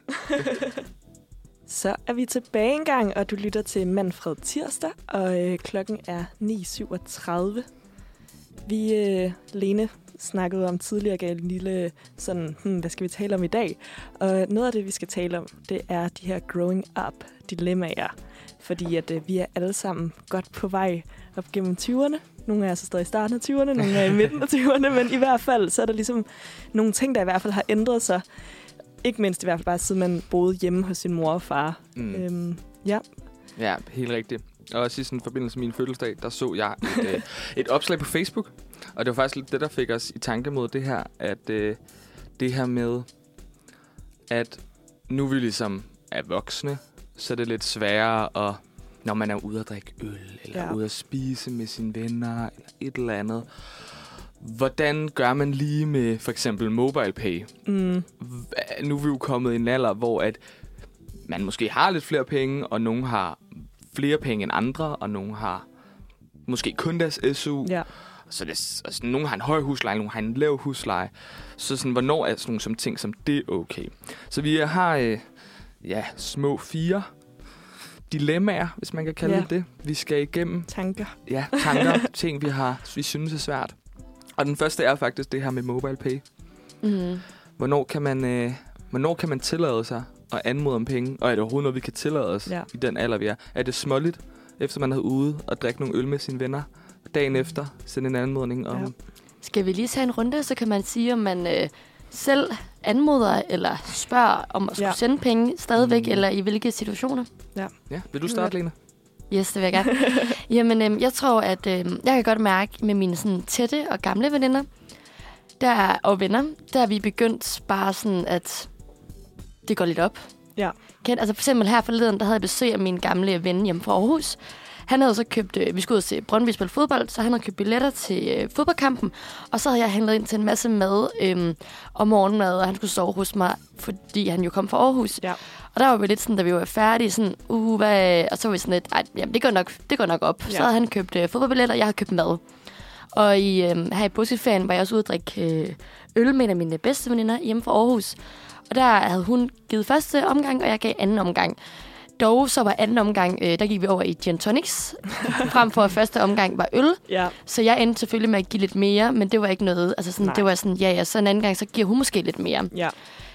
Så er vi tilbage en gang, og du lytter til Manfred Tirsdag, og øh, klokken er ni syvogtredive. Vi, øh, Lene, snakkede om tidligere, gav en lille sådan, hmm, hvad skal vi tale om i dag? Og noget af det, vi skal tale om, det er de her growing up dilemmaer. Fordi at øh, vi er alle sammen godt på vej op gennem tyverne. Nogle af os er stadig i starten af tyverne, nogle er i midten af tyverne, men i hvert fald, så er der ligesom nogle ting, der i hvert fald har ændret sig. Ikke mindst i hvert fald bare, siden man boede hjemme hos sin mor og far. Mm. Øhm, ja. Ja, helt rigtigt. Og sidst i forbindelse med min fødselsdag, der så jeg et, øh, et opslag på Facebook. Og det var faktisk lidt det, der fik os i tanke mod det her, at øh, det her med, at nu vi ligesom er voksne, så er det lidt sværere at, når man er ude at drikke øl, eller ja. ude at spise med sine venner, eller et eller andet. Hvordan gør man lige med for eksempel MobilePay? Mm. Nu er vi jo kommet i en alder, hvor at man måske har lidt flere penge, og nogen har flere penge end andre, og nogen har måske kun deres S U. Ja. Så det, altså, nogen har en høj husleje, nogen har en lav husleje. Så sådan, hvornår er sådan nogle som ting som det okay? Så vi har øh, ja, små fire dilemmaer, hvis man kan kalde ja. det det. Vi skal igennem tanker. Ja, tanker, ting vi har, vi synes er svært. Og den første er faktisk det her med MobilePay. Mm. Hvornår kan man, øh, hvornår kan man tillade sig at anmode om penge? Og er det overhovedet noget, vi kan tillade os ja. i den alder, vi er? Er det småligt, efter man er ude og drikke nogle øl med sine venner? Dagen efter sende en anmodning om... Ja. Skal vi lige tage en runde, så kan man sige, om man øh, selv anmoder eller spørger om at skulle ja. sende penge stadigvæk, mm. eller i hvilke situationer? Ja. ja. Vil du starte, Lene? Yes, det vil jeg gerne. Jamen, øh, jeg tror, at øh, jeg kan godt mærke med mine sådan, tætte og gamle veninder, der, og venner, der er vi begyndt bare sådan, at det går lidt op. Ja. Kan, altså for eksempel her forleden, der havde jeg besøg af min gamle ven hjemme fra Aarhus. Han havde så købt, øh, vi skulle ud til Brøndby spille fodbold, så han havde købt billetter til øh, fodboldkampen, og så havde jeg handlet ind til en masse mad øh, om morgenmad, og han skulle sove hos mig, fordi han jo kom fra Aarhus. Ja. Og der var vi lidt sådan, da vi var færdige, sådan, uh, hvad? Og så var vi sådan lidt, ej, jamen, det går nok, det går nok op. Ja. Så havde han købt øh, fodboldbilletter, og jeg havde købt mad. Og i, øh, her i påskeferien var jeg også ude at drikke øh, øl med en af mine bedste veninder hjemme fra Aarhus. Og der havde hun givet første omgang, og jeg gav anden omgang. Dog så var anden omgang, øh, der gik vi over i gin tonics, frem for første omgang var øl. Ja. Så jeg endte selvfølgelig med at give lidt mere, men det var ikke noget, altså sådan, det var sådan, ja ja, så en anden gang, så giver hun måske lidt mere. Ja.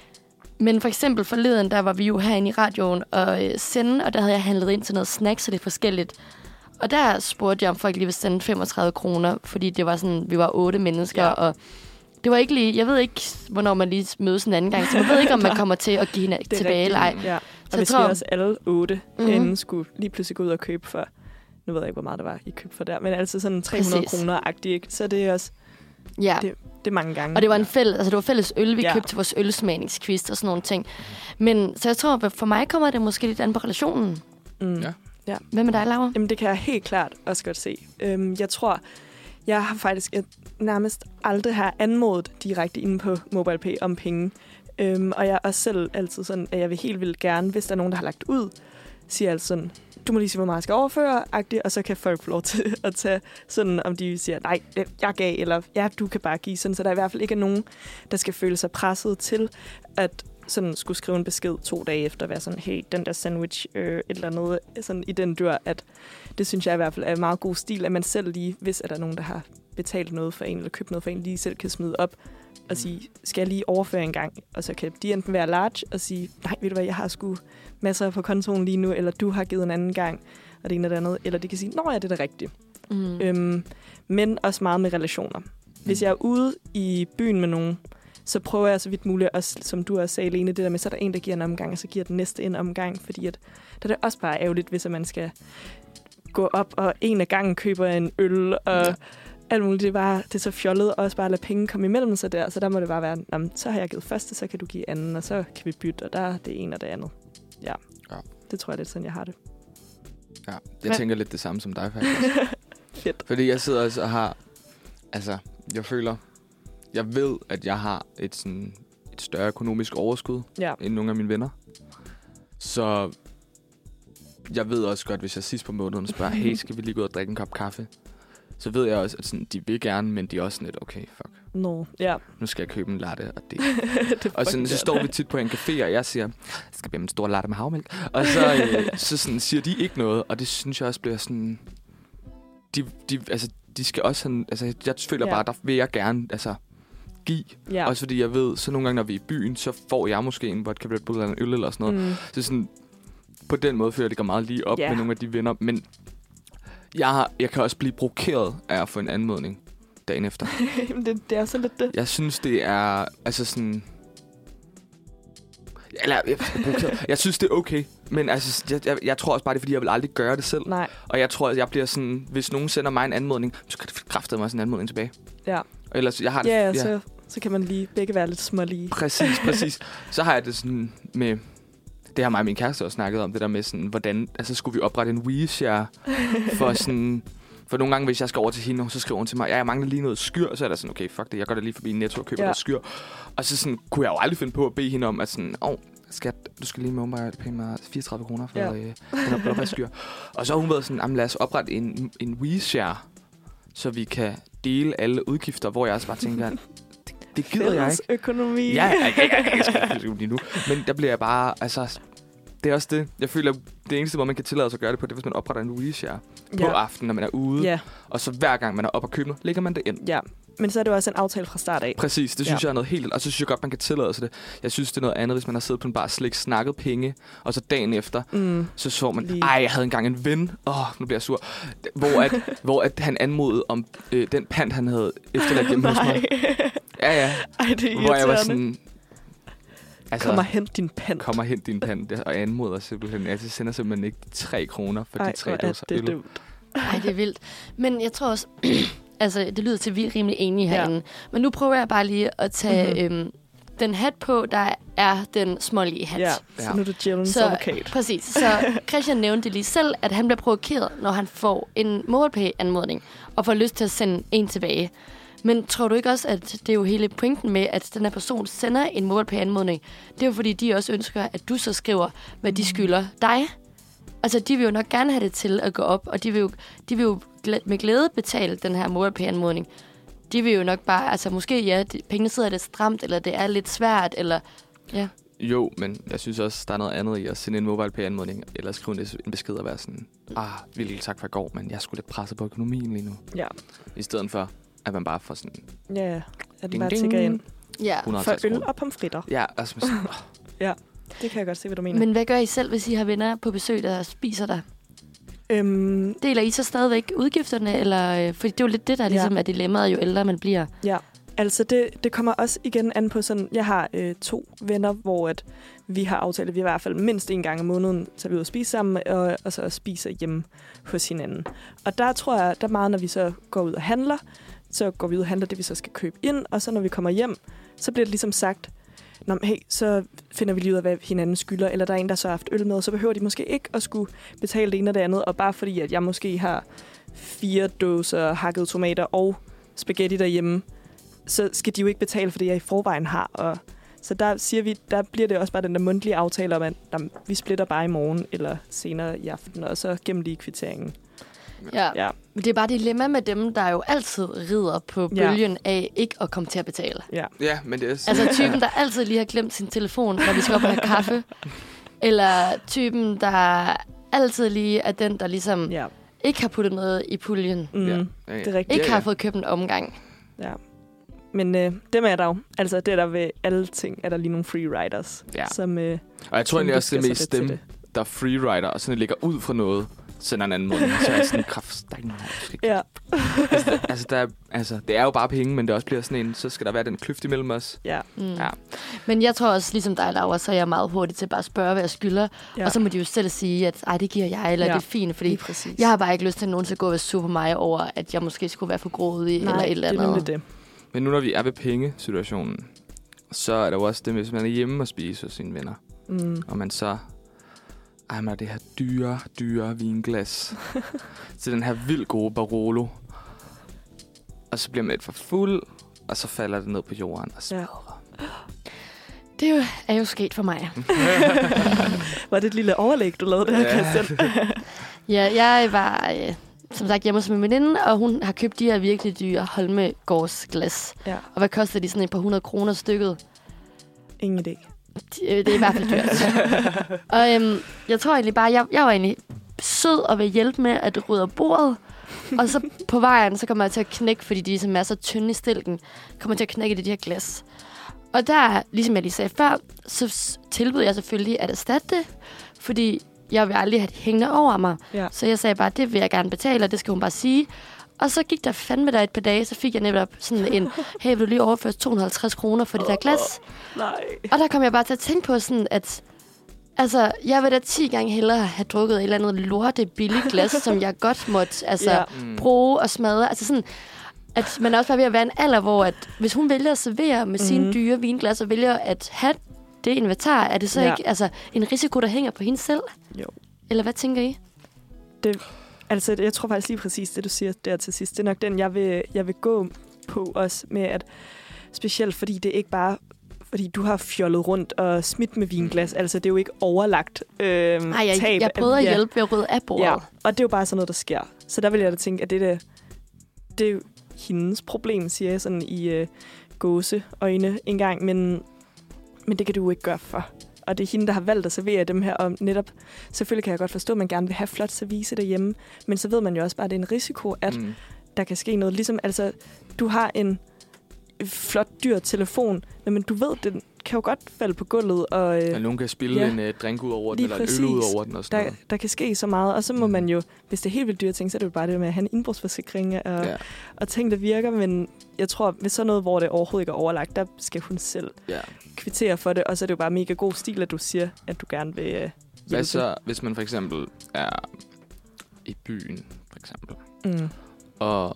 Men for eksempel forleden, der var vi jo herinde i radioen og øh, sende, og der havde jeg handlet ind til noget snacks og lidt forskelligt. Og der spurgte jeg, om folk lige ville sende femogtredive kroner, fordi det var sådan, vi var otte mennesker, ja. Og det var ikke lige, jeg ved ikke, hvornår man lige mødes en anden gang, så man ved ikke, om man kommer til at give hende tilbage eller ej. Ja. Og hvis tror, vi også alle otte mm-hmm. inden skulle lige pludselig gå ud og købe for, nu ved jeg ikke, hvor meget der var, I købte for der, men altså sådan tre hundrede kroner-agtigt, ikke? Så det er også, ja. det, det er mange gange. Og det var en fælles, altså det var fælles øl, vi ja. købte til vores ølsmagningsquiz og sådan nogle ting. Men så jeg tror, for mig kommer det måske lidt an på relationen. Mm. Ja. Ja. Hvad med dig, Laura? Jamen, det kan jeg helt klart også godt se. Øhm, jeg tror, jeg har faktisk jeg nærmest aldrig har anmodet direkte inde på MobilePay om penge. Øhm, og jeg er også selv altid sådan, at jeg vil helt vildt gerne, hvis der er nogen, der har lagt ud, siger altså sådan, du må lige sige, hvor meget jeg skal overføre, agtigt, og så kan folk få lov til at tage sådan, om de siger, nej, jeg gav, eller ja, du kan bare give, sådan, så der i hvert fald ikke er nogen, der skal føle sig presset til, at sådan skulle skrive en besked to dage efter, at være sådan, hey, den der sandwich, øh, et eller andet, sådan i den dør, at det synes jeg i hvert fald er en meget god stil, at man selv lige, hvis at der er nogen, der har betalt noget for en, eller købt noget for en, lige selv kan smide op, og sige, skal jeg lige overføre en gang? Og så kan de enten være large og sige, nej, ved du hvad, jeg har sgu masser på kontoen lige nu, eller du har givet en anden gang, og det ene eller det andet. Eller de kan sige, nå ja, det er det rigtige. Mm. Øhm, men også meget med relationer. Hvis jeg er ude i byen med nogen, så prøver jeg så vidt muligt, også, som du også sagde, Lene, det der med, så er der en, der giver en omgang, og så giver den næste en omgang, fordi at, der er det også bare ærgerligt, hvis man skal gå op og en af gangen køber en øl, og ja. alt muligt, det er, bare, det er så fjollet, og også bare lade penge komme imellem sig der, så der må det bare være, så har jeg givet første, så kan du give anden, og så kan vi bytte, og der er det ene og det andet. Ja, ja. Det tror jeg lidt sådan, jeg har det. Ja, jeg tænker lidt det samme som dig, faktisk. Fedt. Fordi jeg sidder også og har, altså, jeg føler, jeg ved, at jeg har et, sådan, et større økonomisk overskud, ja. end nogle af mine venner. Så jeg ved også godt, hvis jeg sidst på måneden spørger, hey, skal vi lige gå ud og drikke en kop kaffe? Så ved jeg også, at sådan, de vil gerne, men de er også sådan lidt, okay, fuck. No, ja. Nu skal jeg købe en latte, og det... det og sådan, så står vi tit på en café, og jeg siger, skal vi have en stor latte med havmælk? Og så, øh, så sådan, siger de ikke noget, og det synes jeg også bliver sådan... De, de, altså, de skal også sådan... Altså, jeg føler ja. bare, der vil jeg gerne altså, give. Ja. Også fordi jeg ved, så nogle gange, når vi er i byen, så får jeg måske en vodka Red Bull eller en øl eller sådan noget. Mm. Så sådan, på den måde føler jeg, det går meget lige op yeah. med nogle af de venner. Men jeg, har, jeg kan også blive provokeret af at få en anmodning dagen efter. det, det er så lidt det. Jeg synes, det er... Altså sådan... Eller, jeg, jeg, jeg synes, det er okay. Men altså, jeg, jeg, jeg tror også bare, det er, fordi jeg vil aldrig gøre det selv. Nej. Og jeg tror, at jeg bliver sådan... Hvis nogen sender mig en anmodning, så kan det kraftedeme mig sådan en anmodning tilbage. Ja. Og ellers, jeg har det, ja, ja. Så, så kan man lige begge være lidt smålige. Præcis, præcis. Så har jeg det sådan med... Det har mig og min kæreste også snakket om, det der med sådan, hvordan... Altså, skulle vi oprette en WeShare for sådan... For nogle gange, hvis jeg skal over til hende, så skriver hun til mig, ja, jeg mangler lige noget skyr, så er der sådan, okay, fuck det, jeg går da lige forbi Netto og køber ja. noget skyr. Og så sådan, kunne jeg jo aldrig finde på at bede hende om, at sådan, åh, oh, skat, du skal lige med mig pæne mig fireogtredive kroner for ja. øh, den her blåbærskyr. Og så har hun været sådan, jamen lad os oprette en, en WeShare, så vi kan dele alle udgifter, hvor jeg også bare tænker, det, det gider jeg ikke. Økonomi. Ja, jeg, jeg, jeg, jeg skal ikke lige nu. Men der bliver jeg bare, altså... Det er også det. Jeg føler, det eneste måde, man kan tillade sig at gøre det på, det er, hvis man opretter en WeShare ja. på aftenen, når man er ude. Ja. Og så hver gang man er oppe og købe noget, lægger man det ind. Ja, men så er det jo også en aftale fra start af. Præcis, det synes ja. jeg er noget helt... Og så synes jeg godt, man kan tillade sig det. Jeg synes, det er noget andet, hvis man har siddet på en bar og slet ikke snakket penge, og så dagen efter, mm. så så man, Lige. ej, jeg havde engang en ven. Åh, oh, nu bliver jeg sur. Hvor, at, hvor at han anmodede om øh, den pant, han havde efterladt hjemme hos mig. Ja, ja. Ej, det er hvor jeg var sådan... Altså, kom og hent din pant. Kom og hent din pant. Og anmoder simpelthen. Jeg sender simpelthen ikke tre kroner for Ej, de tre dåser øl. Nej, det er vildt. Men jeg tror også... altså, det lyder til, at vi er rimelig enige herinde. Ja. Men nu prøver jeg bare lige at tage mm-hmm. øhm, den hat på, der er den smålige hat. Ja, så nu er du djævelens advokat. Præcis. Så Christian nævnte lige selv, at han bliver provokeret, når han får en MobilePay-anmodning, og får lyst til at sende en tilbage. Men tror du ikke også, at det er jo hele pointen med, at den her person sender en MobilePay-anmodning? Det er jo fordi, de også ønsker, at du så skriver, hvad de skylder dig. Altså, de vil jo nok gerne have det til at gå op, og de vil jo, de vil jo med glæde betale den her MobilePay-anmodning. De vil jo nok bare, altså måske, ja, de, pengene sidder lidt stramt, eller det er lidt svært, eller ja. Jo, men jeg synes også, der er noget andet i at sende en MobilePay-anmodning, eller skrive en besked og være sådan, ah, vildt tak for i går, men jeg skulle lidt presset på økonomien lige nu. Ja. I stedet for... at man bare får sådan... Ja, at den bare tækker ind. Ja. For øl og pomfritter. Ja, altså... Sådan, oh. Ja, det kan jeg godt se, hvad du mener. Men hvad gør I selv, hvis I har venner på besøg, der spiser der? Øhm, Deler I så stadigvæk udgifterne? Eller, fordi det er jo lidt det, der ligesom ja. er dilemmaet, jo ældre man bliver. Ja, altså det, det kommer også igen an på sådan... Jeg har øh, to venner, hvor at vi har aftalt, at vi i hvert fald mindst en gang om måneden, så vi ud og spise sammen, og, og så spiser hjemme hos hinanden. Og der tror jeg, der er meget, når vi så går ud og handler, så går vi ud og handler det, vi så skal købe ind, og så når vi kommer hjem, så bliver det ligesom sagt, nå, hey, så finder vi lige ud af, hvad hinanden skylder, eller der er en, der så har haft øl med, så behøver de måske ikke at skulle betale det ene og det andet, og bare fordi, at jeg måske har fire dåser hakkede tomater og spaghetti derhjemme, så skal de jo ikke betale for det, jeg i forvejen har, og så der siger vi, der bliver det også bare den der mundtlige aftale om, at jamen, vi splitter bare i morgen, eller senere i aften, og så gennem lige kvitteringen. Ja. ja, men det er bare dilemma med dem, der jo altid rider på bølgen ja. af ikke at komme til at betale. Ja, ja men det er... Altså typen, der altid lige har glemt sin telefon, når vi skal op og have kaffe. Eller typen, der altid lige er den, der ligesom ja. ikke har puttet noget i puljen. Mm, ja. Ja, ja. Det er rigtigt. Ikke ja, ja. har fået købt en omgang. Ja. Men øh, dem er der jo. Altså det er der ved alle ting, er der lige nogle freeriders. Ja. Som, øh, og jeg tror egentlig også, det er mest dem, der er freerider, og sådan ligger ud fra noget, sender en anden måde. Så er jeg sådan, kraftstændig. Ja. altså, altså, der er, altså, det er jo bare penge, men det også bliver sådan en, så skal der være den kløft imellem os. Ja. Mm. ja. Men jeg tror også, ligesom dig, Laura, så er jeg meget hurtig til bare at spørge, hvad jeg skylder. Ja. Og så må de jo selv sige, at ej, det giver jeg, eller ja. det er fint. Fordi jeg har bare ikke lyst til, at nogen skal gå og være sur på mig over, at jeg måske skulle være for grådig eller et eller andet. Det er det. Men nu når vi er ved pengesituationen, så er der jo også det med, hvis man er hjemme og spiser hos sine venner. Mm. Og man så... Ej, man har det her dyre, dyre vinglas. til den her vildt gode Barolo. Og så bliver man lidt for fuld, og så falder det ned på jorden og smadrer. Ja. Det er jo, er jo sket for mig. Var det et lille overlæg, du lavede der, Ja. Christian? Ja, jeg var øh, som sagt hjemme hos min veninde, og hun har købt de her virkelig dyre Holmegårds-glas. Ja, Og hvad koster de? Sådan et par hundrede kroner stykket. ingen idé. De, øh, det er i hvert fald dyrt. Og øhm, jeg tror egentlig bare, jeg, jeg var egentlig sød og vil hjælpe med at rydde bordet. Og så på vejen, så kommer jeg til at knække, fordi de ligesom er så tynde i stilken, kommer til at knække det de her glas. Og der, ligesom jeg lige sagde før, så s- tilbød jeg selvfølgelig at erstatte det, fordi jeg vil aldrig have det hængende over mig. Ja. Så jeg sagde bare, det vil jeg gerne betale, og det skal hun bare sige. Og så gik der fandme der et par dage, så fik jeg netop sådan en, hey, vil du lige overføre to hundrede og halvtreds kroner for det der glas? Nej. Og der kom jeg bare til at tænke på sådan, at altså, jeg vil da ti gange hellere have drukket et eller andet lorte billigt glas, som jeg godt måtte altså, Ja. Mm. bruge og smadre. Altså sådan, at man er også bare ved at være en alder, hvor at, hvis hun vælger at servere med sine Mhm. dyre vinglas og vælger at have det inventar, er det så Ja. ikke altså, en risiko, der hænger på hende selv? Jo. Eller hvad tænker I? Altså, jeg tror faktisk lige præcis det, du siger der til sidst. Det er nok den, jeg vil, jeg vil gå på også med, at specielt fordi det ikke bare fordi du har fjollet rundt og smidt med vinglas. Altså, det er jo ikke overlagt øh, Nej, jeg, tab. jeg prøvede at Ja. hjælpe ved at rydde af bordet. Ja, og det er jo bare sådan noget, der sker. Så der vil jeg da tænke, at det, der, det er jo hendes problem, siger jeg sådan i øh, gåseøjne engang, men, men det kan du jo ikke gøre for. Og det er hende, der har valgt at servere dem her, og netop, selvfølgelig kan jeg godt forstå, at man gerne vil have flot service derhjemme, men så ved man jo også bare, at det er en risiko, at Mm. der kan ske noget. Ligesom, altså, du har en flot, dyr telefon, men du ved, den kan jo godt falde på gulvet, og øh, Og nogen kan spille Ja. en uh, drink ud over den, Lige eller en præcis. øl ud over den og sådan der, noget. der kan ske så meget. Og så må man jo, hvis det er helt vildt dyre ting, så er det jo bare det med at have en indbrudsforsikring og, Ja. og ting, der virker. Men jeg tror, hvis sådan noget, hvor det overhovedet ikke er overlagt, der skal hun selv Ja. kvittere for det. Og så er det jo bare mega god stil, at du siger, at du gerne vil øh, hjælpe. Hvad så, hvis man for eksempel er i byen, for eksempel, Mm. og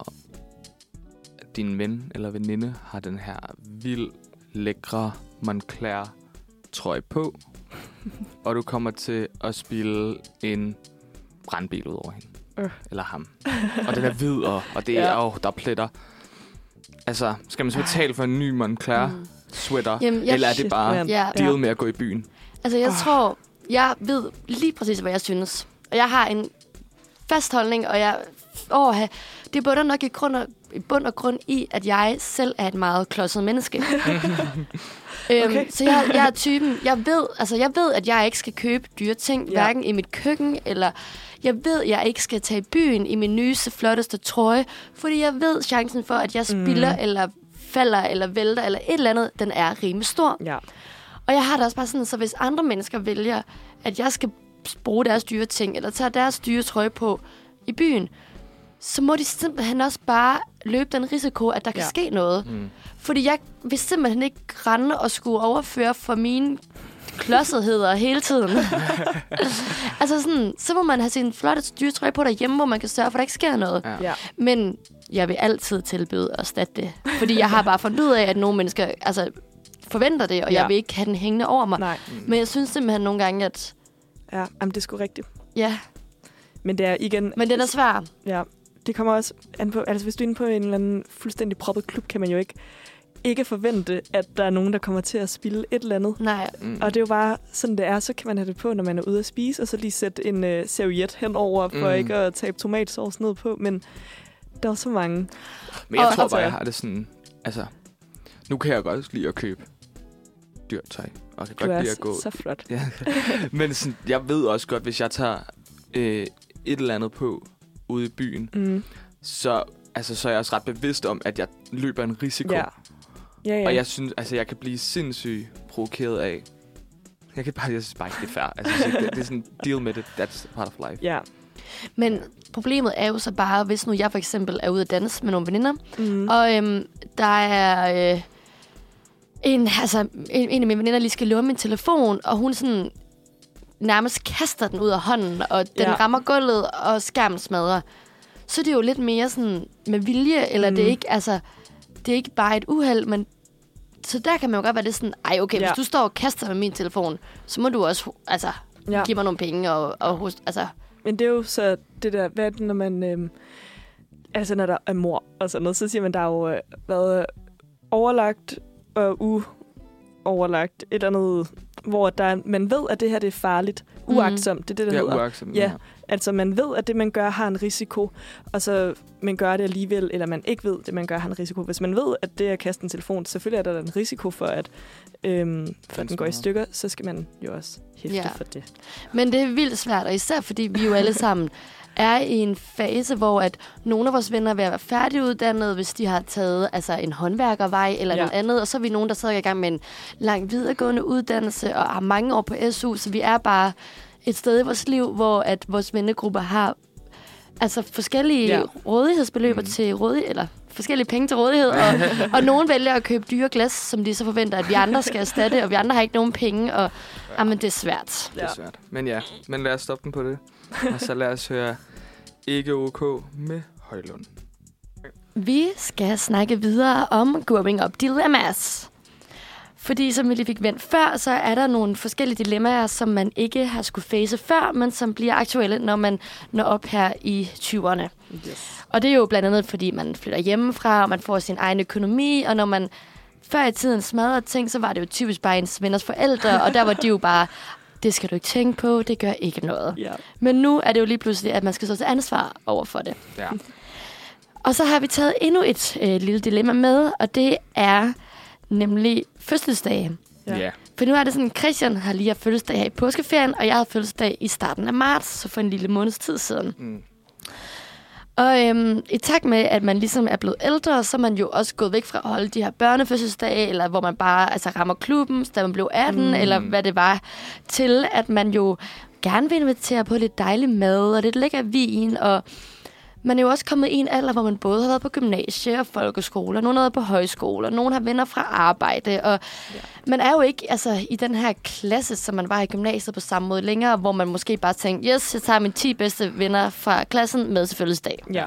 din ven eller veninde har den her vild, lækre Moncler trøje på, og du kommer til at spille en brandbil ud over hende. Øh. Eller ham. Og den er hvid, og, og det er, Ja. åh, der er pletter. Altså, skal man så betale for en ny Moncler Mm. sweater? Jamen, jeg- Eller er det Shit, bare mand. Ja. deal med at gå i byen? Altså, jeg Åh. tror, jeg ved lige præcis, hvad jeg synes. Og jeg har en fast holdning, og jeg... Åh, det bunder nok i, grund og, i bund og grund i, at jeg selv er et meget klodset menneske. øhm, Okay. Så jeg, jeg er typen... Jeg ved, altså, jeg ved, at jeg ikke skal købe dyre ting, Ja. hverken i mit køkken, eller... Jeg ved, at jeg ikke skal tage i byen i min nyeste, flotteste trøje, fordi jeg ved, chancen for, at jeg spilder, Mm. eller falder, eller vælter, eller et eller andet, den er rimelig stor. Ja. Og jeg har det også bare sådan, så hvis andre mennesker vælger, at jeg skal bruge deres dyre ting, eller tage deres dyre trøje på i byen, så må de simpelthen også bare løbe den risiko, at der kan Ja. ske noget. Mm. Fordi jeg vil simpelthen ikke rende og skulle overføre for mine klodsetheder hele tiden. altså sådan, så må man have sin flotte dyre trøje på derhjemme, hvor man kan sørge for, at der ikke sker noget. Ja. Ja. Men jeg vil altid tilbyde at erstatte det. Fordi jeg har bare fundet ud af, at nogle mennesker altså, forventer det, og Ja. jeg vil ikke have den hængende over mig. Nej. Men jeg synes simpelthen nogle gange, at Ja, jamen, det er sgu rigtigt. ja, Men det er igen... men den er svær. Ja, det kommer også an på... Altså, hvis du er inde på en eller anden fuldstændig proppet klub, kan man jo ikke ikke forvente, at der er nogen, der kommer til at spille et eller andet. Nej. Mm. Og det er jo bare sådan, det er. Så kan man have det på, når man er ude at spise, og så lige sætte en øh, serviet henover, for Mm. ikke at tabe tomatsauce ned på. Men der er så mange. Men jeg Og- tror altså- bare, jeg har det sådan... Altså, nu kan jeg godt lide at købe dyrt tøj. Og kan Du godt er lide at gå... så flot. Ja. Men sådan, jeg ved også godt, hvis jeg tager øh, et eller andet på ude i byen, Mm. så, altså, så er jeg også ret bevidst om, at jeg løber en risiko. Ja. Ja, ja. Og jeg synes, altså, jeg kan blive sindssygt provokeret af... Jeg kan bare, jeg synes bare ikke, det er fair. Altså, jeg synes ikke, det, det er sådan, deal med it, that's part of life. Ja. Men problemet er jo så bare, hvis nu jeg for eksempel er ude at danse med nogle veninder, Mm. og øhm, der er øh, en, altså, en, en af mine veninder lige skal låne min telefon, og hun sådan nærmest kaster den ud af hånden, og den Ja. rammer gulvet, og skærmen smadrer. Så det er jo lidt mere sådan med vilje, eller Mm. det er ikke, altså, det er ikke bare et uheld, men så der kan man jo godt være lidt sådan, ej okay, Ja. hvis du står og kaster med min telefon, så må du også, altså, Ja. give mig nogle penge, og, og hos, altså, Men det er jo så det der, hvad er det, når man... Øhm, altså, når der er mor og sådan noget, så siger man, der er jo øh, været overlagt og u... overlagt. Et eller andet, hvor der, man ved, at det her det er farligt. Uagtsomt, mm. det er det, der ja, hedder. Uagtsomt, ja, altså man ved, at det, man gør, har en risiko, og så man gør det alligevel, eller man ikke ved, det, man gør, har en risiko. Hvis man ved, at det er at kaste en telefon, selvfølgelig er der en risiko for, at, øhm, for at den går i stykker, så skal man jo også hæfte ja. for det. Men det er vildt svært, og især fordi vi jo alle sammen er i en fase, hvor at nogle af vores venner er ved at være færdiguddannet, hvis de har taget altså, en håndværkervej eller ja. noget andet, og så er vi nogen, der sidder i gang med en lang videregående uddannelse og har mange år på S U, så vi er bare et sted i vores liv, hvor at vores vennegrupper har altså forskellige ja. rådighedsbeløber mm. til rådighed, eller forskellige penge til rådighed, og, og nogen vælger at købe dyre glas, som de så forventer, at vi andre skal erstatte, og vi andre har ikke nogen penge, og ja. jamen, det er svært. Det er svært. Men ja, men lad os stoppe den på det. Og så lad os høre Ikke OK med Højlund. Vi skal snakke videre om growing up dilemmas. Fordi som vi lige fik vendt før, så er der nogle forskellige dilemmaer, som man ikke har skulle face før, men som bliver aktuelle, når man når op her i tyverne. Yes. Og det er jo blandt andet, fordi man flytter hjemmefra, og man får sin egen økonomi, og når man før i tiden smadrede ting, så var det jo typisk bare ens venners forældre, og der var de jo bare, det skal du ikke tænke på, det gør ikke noget. Yeah. Men nu er det jo lige pludselig, at man skal stå til ansvar over for det. Ja. Og så har vi taget endnu et øh, lille dilemma med, og det er nemlig fødselsdage. Ja. Yeah. For nu er det sådan, Christian har lige haft fødselsdag her i påskeferien, og jeg havde fødselsdag i starten af marts, så for en lille måneds tid siden. Mm. Og øhm, i takt med, at man ligesom er blevet ældre, så er man jo også gået væk fra at holde de her børnefødselsdage, eller hvor man bare altså, rammer klubben, da man blev atten, mm. eller hvad det var, til at man jo gerne vil invitere på lidt dejlig mad og lidt lækker vin, og man er jo også kommet i en alder, hvor man både har været på gymnasie og folkeskole, og nogen har været på højskole, og nogen har venner fra arbejde. Og ja. Man er jo ikke altså, i den her klasse, som man var i gymnasiet på samme måde længere, hvor man måske bare tænker, yes, jeg tager mine ti bedste venner fra klassen med til fødselsdag. Ja.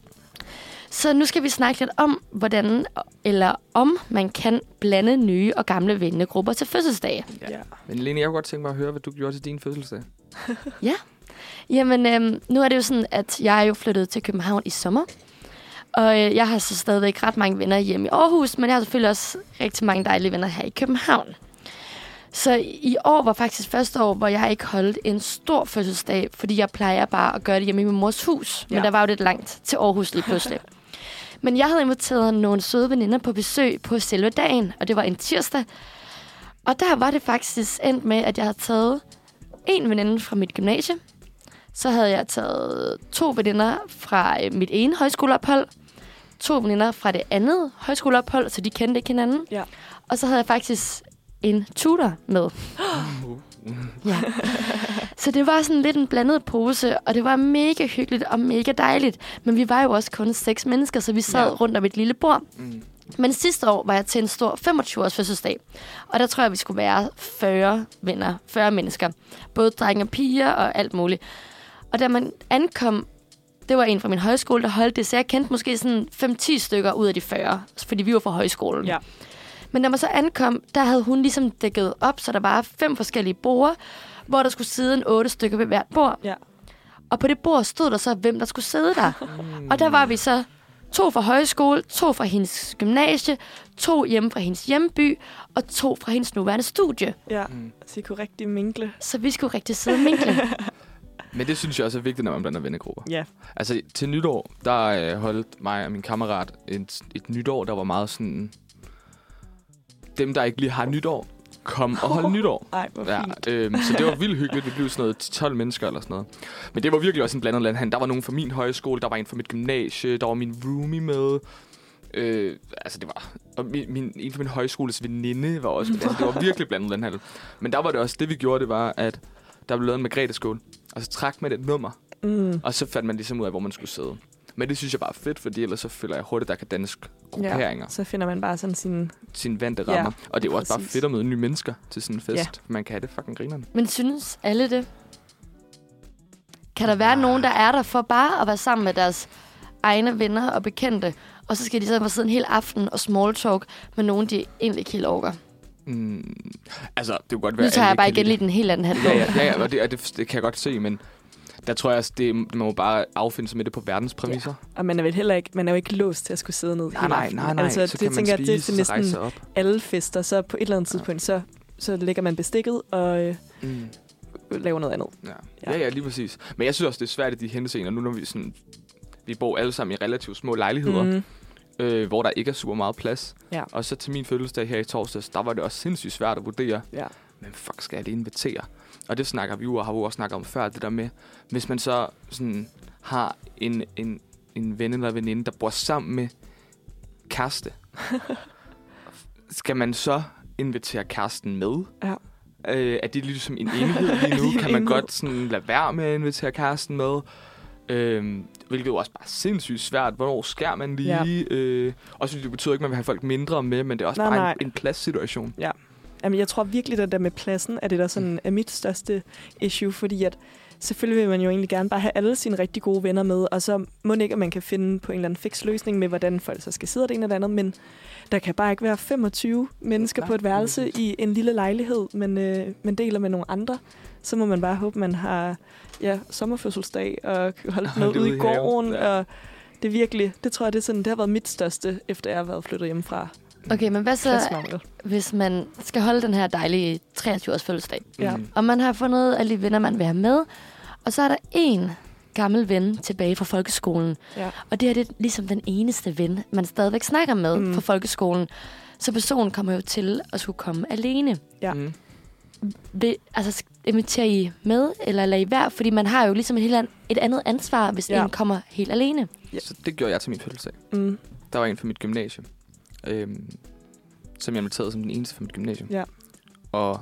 Så nu skal vi snakke lidt om, hvordan eller om man kan blande nye og gamle vennegrupper til fødselsdag. Ja. Men Lene, jeg kunne godt tænke mig at høre, hvad du gjorde til din fødselsdag. Ja. Jamen, øhm, nu er det jo sådan, at jeg er jo flyttet til København i sommer. Og øh, jeg har så stadigvæk ret mange venner hjemme i Aarhus, men jeg har selvfølgelig også rigtig mange dejlige venner her i København. Så i år var faktisk første år, hvor jeg ikke holdt en stor fødselsdag, fordi jeg plejer bare at gøre det hjemme i min mors hus. Men ja. Der var jo lidt langt til Aarhus lige pludselig. Men jeg havde inviteret nogle søde veninder på besøg på selve dagen, og det var en tirsdag. Og der var det faktisk endt med, at jeg havde taget en veninde fra mit gymnasie. Så havde jeg taget to veninder fra mit ene højskoleophold, to veninder fra det andet højskoleophold, så de kendte ikke hinanden. Ja. Og så havde jeg faktisk en tutor med. Ja. Så det var sådan lidt en blandet pose, og det var mega hyggeligt og mega dejligt. Men vi var jo også kun seks mennesker, så vi sad ja. rundt om et lille bord. Mm. Men sidste år var jeg til en stor femogtyve-års fødselsdag, og der tror jeg, vi skulle være fyrre venner, fyrre mennesker. Både drenge og piger og alt muligt. Og da man ankom, det var en fra min højskole, der holdt det, så jeg kendte måske sådan fem til ti stykker ud af de fyrre, fordi vi var fra højskolen. Ja. Men da man så ankom, der havde hun ligesom dækket op, så der var fem forskellige borde, hvor der skulle sidde en otte stykker ved hvert bord. Ja. Og på det bord stod der så, hvem der skulle sidde der. Mm. Og der var vi så to fra højskole, to fra hendes gymnasie, to hjemme fra hendes hjemby, og to fra hendes nuværende studie. Ja, mm. så I kunne rigtig minkle. Så vi skulle rigtig sidde og minkle. Men det synes jeg også er vigtigt, når man blander vennegrupper. Ja. Altså til nytår, der øh, holdt mig og min kammerat et, et nytår, der var meget sådan, dem der ikke lige har nytår, kom og hold nytår. Ej, hvor ja, fint. øhm, så det var vildt hyggeligt. Vi blev sådan noget til tolv mennesker eller sådan noget. Men det var virkelig også en blandet land. Der var nogen fra min højskole, der var en fra mit gymnasie, der var min roomie med. Øh, altså det var... Og min, min, en fra min højskoles veninde var også... altså, det var virkelig blandet landhandel. Men der var det også... Det vi gjorde, det var, at der blev lavet en Margrethe-skål. Og så trak man et nummer. Mm. Og så fandt man ligesom ud af, hvor man skulle sidde. Men det synes jeg bare er fedt, fordi ellers så føler jeg hurtigt, der kan dannes grupperinger. Ja, så finder man bare sådan sin... Sin vante rammer. Ja, og det er jo også bare fedt at møde nye mennesker til sådan en fest. Ja. Man kan have det fucking grinerne. Men synes alle det? Kan der være ah. nogen, der er der for bare at være sammen med deres egne venner og bekendte, og så skal de så bare sidde en hel aften og small talk med nogen, de egentlig ikke helt orker? Mm, altså, det kunne godt være... Nu tager jeg bare igen lige den helt anden hand. Ja, ja, ja, og, det, og det, det kan jeg godt se, men Der tror jeg, at det, man må bare affinde sig med det på verdens præmisser. Ja. Og man er vel heller ikke, man er jo ikke låst til at skulle sidde ned. Nej, nej, nej, nej. Altså, så det kan man tænker spise, jeg, det er næsten næsten op. alle fester. Så på et eller andet tidspunkt, så, så lægger man bestikket og øh, mm. laver noget andet. Ja. Ja. ja, ja, lige præcis. Men jeg synes også, det er svært i de hentescener, nu når vi sådan, vi bor alle sammen i relativt små lejligheder, mm. øh, hvor der ikke er super meget plads. Ja. Og så til min fødselsdag her i torsdags, der var det også sindssygt svært at vurdere, ja. Men fuck, skal jeg lige invitere? Og det snakker vi jo, og har vi også snakket om før, det der med, hvis man så sådan har en, en, en ven eller veninde, der bor sammen med kæreste, skal man så invitere kæresten med? Ja. Øh, er det ligesom en enhed lige nu? Kan man godt sådan lade være med at invitere kæresten med? Øh, hvilket jo også bare er sindssygt svært. Hvornår skærer man lige? Ja. Øh, også det betyder ikke, at man vil have folk mindre med, men det er også nej, bare en, en pladssituation. Ja. Jamen, jeg tror virkelig, at der med pladsen er det der sådan, er mit største issue, fordi at selvfølgelig vil man jo egentlig gerne bare have alle sine rigtig gode venner med, og så må det ikke, at man kan finde på en eller anden fix løsning med, hvordan folk så skal sidde det ene eller andet, men der kan bare ikke være femogtyve mennesker Nej, på et værelse i en lille lejlighed, men øh, man deler med nogle andre. Så må man bare håbe, man har ja, sommerfødselsdag og holdt noget ude i gården, ja. Og det er virkelig, det tror jeg, det, er sådan, det har været mit største, efter jeg har været flyttet hjemmefra. Okay, men hvad så, hvis man skal holde den her dejlige treogtyve-års fødselsdag, ja. Og man har fundet alle de venner, man vil have med, og så er der en gammel ven tilbage fra folkeskolen, ja. Og det her det er ligesom den eneste ven, man stadigvæk snakker med mm. fra folkeskolen, så personen kommer jo til at skulle komme alene. Ja. Mm. Vil, altså, inviterer I med, eller lader I være? Fordi man har jo ligesom et, helt et andet ansvar, hvis ja. En kommer helt alene. Ja. Så det gjorde jeg til min fødselsdag. Mm. Der var en fra mit gymnasium. Øhm, som jeg inviterede som den eneste fra mit gymnasium. Ja. Og